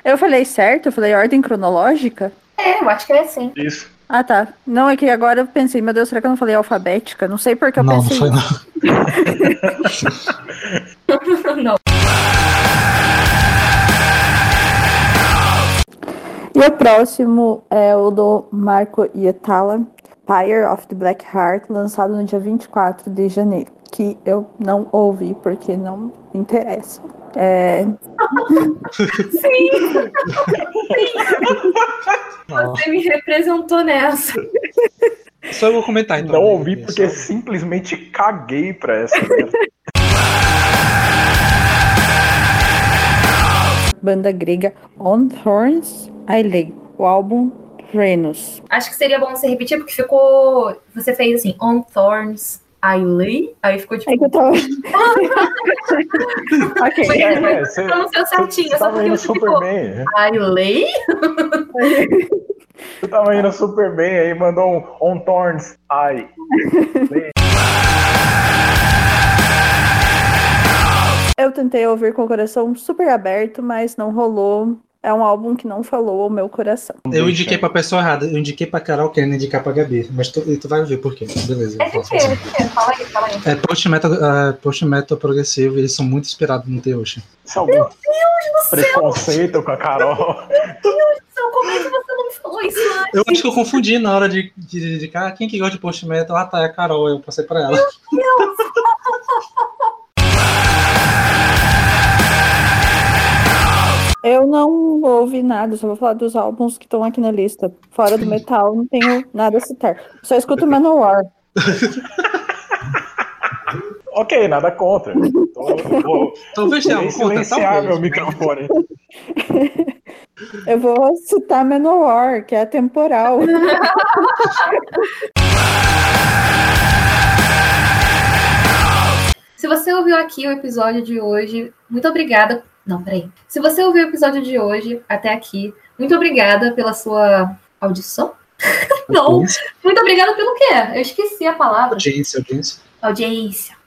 Speaker 2: Eu falei certo? Eu falei ordem cronológica?
Speaker 3: É, eu acho que é assim.
Speaker 4: Isso.
Speaker 2: Ah, tá. Não, é que agora eu pensei, meu Deus, será que eu não falei alfabética? Não sei porque eu
Speaker 5: não,
Speaker 2: pensei.
Speaker 5: Não,
Speaker 3: não foi não.
Speaker 2: Não. E o próximo é o do Marco Ietala, Pyre of the Black Heart, lançado no dia vinte e quatro de janeiro, que eu não ouvi porque não me interessa. É...
Speaker 3: Sim! Sim! Você me representou nessa.
Speaker 5: Só eu vou comentar então.
Speaker 4: Não ouvi porque só... simplesmente caguei pra essa.
Speaker 2: Banda grega On Thorns Ailey, o álbum Renus.
Speaker 3: Acho que seria bom você repetir, porque ficou. Você fez assim, On Thorns Ailey, aí ficou tipo.
Speaker 2: É que eu tava.
Speaker 3: Ok,
Speaker 4: é, é,
Speaker 3: você pronunciou certinho,
Speaker 4: você
Speaker 3: só porque
Speaker 4: indo
Speaker 3: você
Speaker 4: super
Speaker 3: ficou.
Speaker 4: Bem.
Speaker 3: Ailey?
Speaker 4: Você tava indo super bem aí, mandou um On Thorns Ai.
Speaker 2: Eu tentei ouvir com o coração super aberto, mas não rolou. É um álbum que não falou ao meu coração.
Speaker 5: Eu indiquei pra pessoa errada. Eu indiquei pra Carol, querendo indicar pra Gabi. Mas tu, tu vai ver por quê. Beleza.
Speaker 3: É de quê? É de quê? Fala aí, fala aí.
Speaker 5: É post-metal uh, post metal progressivo. Eles são muito inspirados no The Ocean.
Speaker 4: Meu Deus do preconceito céu. Com a Carol.
Speaker 3: Meu Deus do céu, como é que você não me falou isso antes?
Speaker 5: Eu acho que eu confundi na hora de, de indicar. Quem que gosta de post-metal? Ah, tá, é a Carol. Eu passei pra ela.
Speaker 3: Meu Deus!
Speaker 2: Eu não ouvi nada, só vou falar dos álbuns que estão aqui na lista. Fora do metal, não tenho nada a citar. Só escuto Manowar.
Speaker 4: Ok, nada contra. Tô, vou
Speaker 5: talvez tenha algo contra,
Speaker 4: silenciar
Speaker 5: talvez.
Speaker 4: meu microfone.
Speaker 2: Eu vou citar Manowar, que é atemporal.
Speaker 3: Se você ouviu aqui o episódio de hoje, muito obrigada. Não, peraí. Se você ouviu o episódio de hoje até aqui, muito obrigada pela sua audição. Não, muito obrigada pelo quê? Eu esqueci a palavra.
Speaker 5: Audiência, audiência.
Speaker 3: Audiência.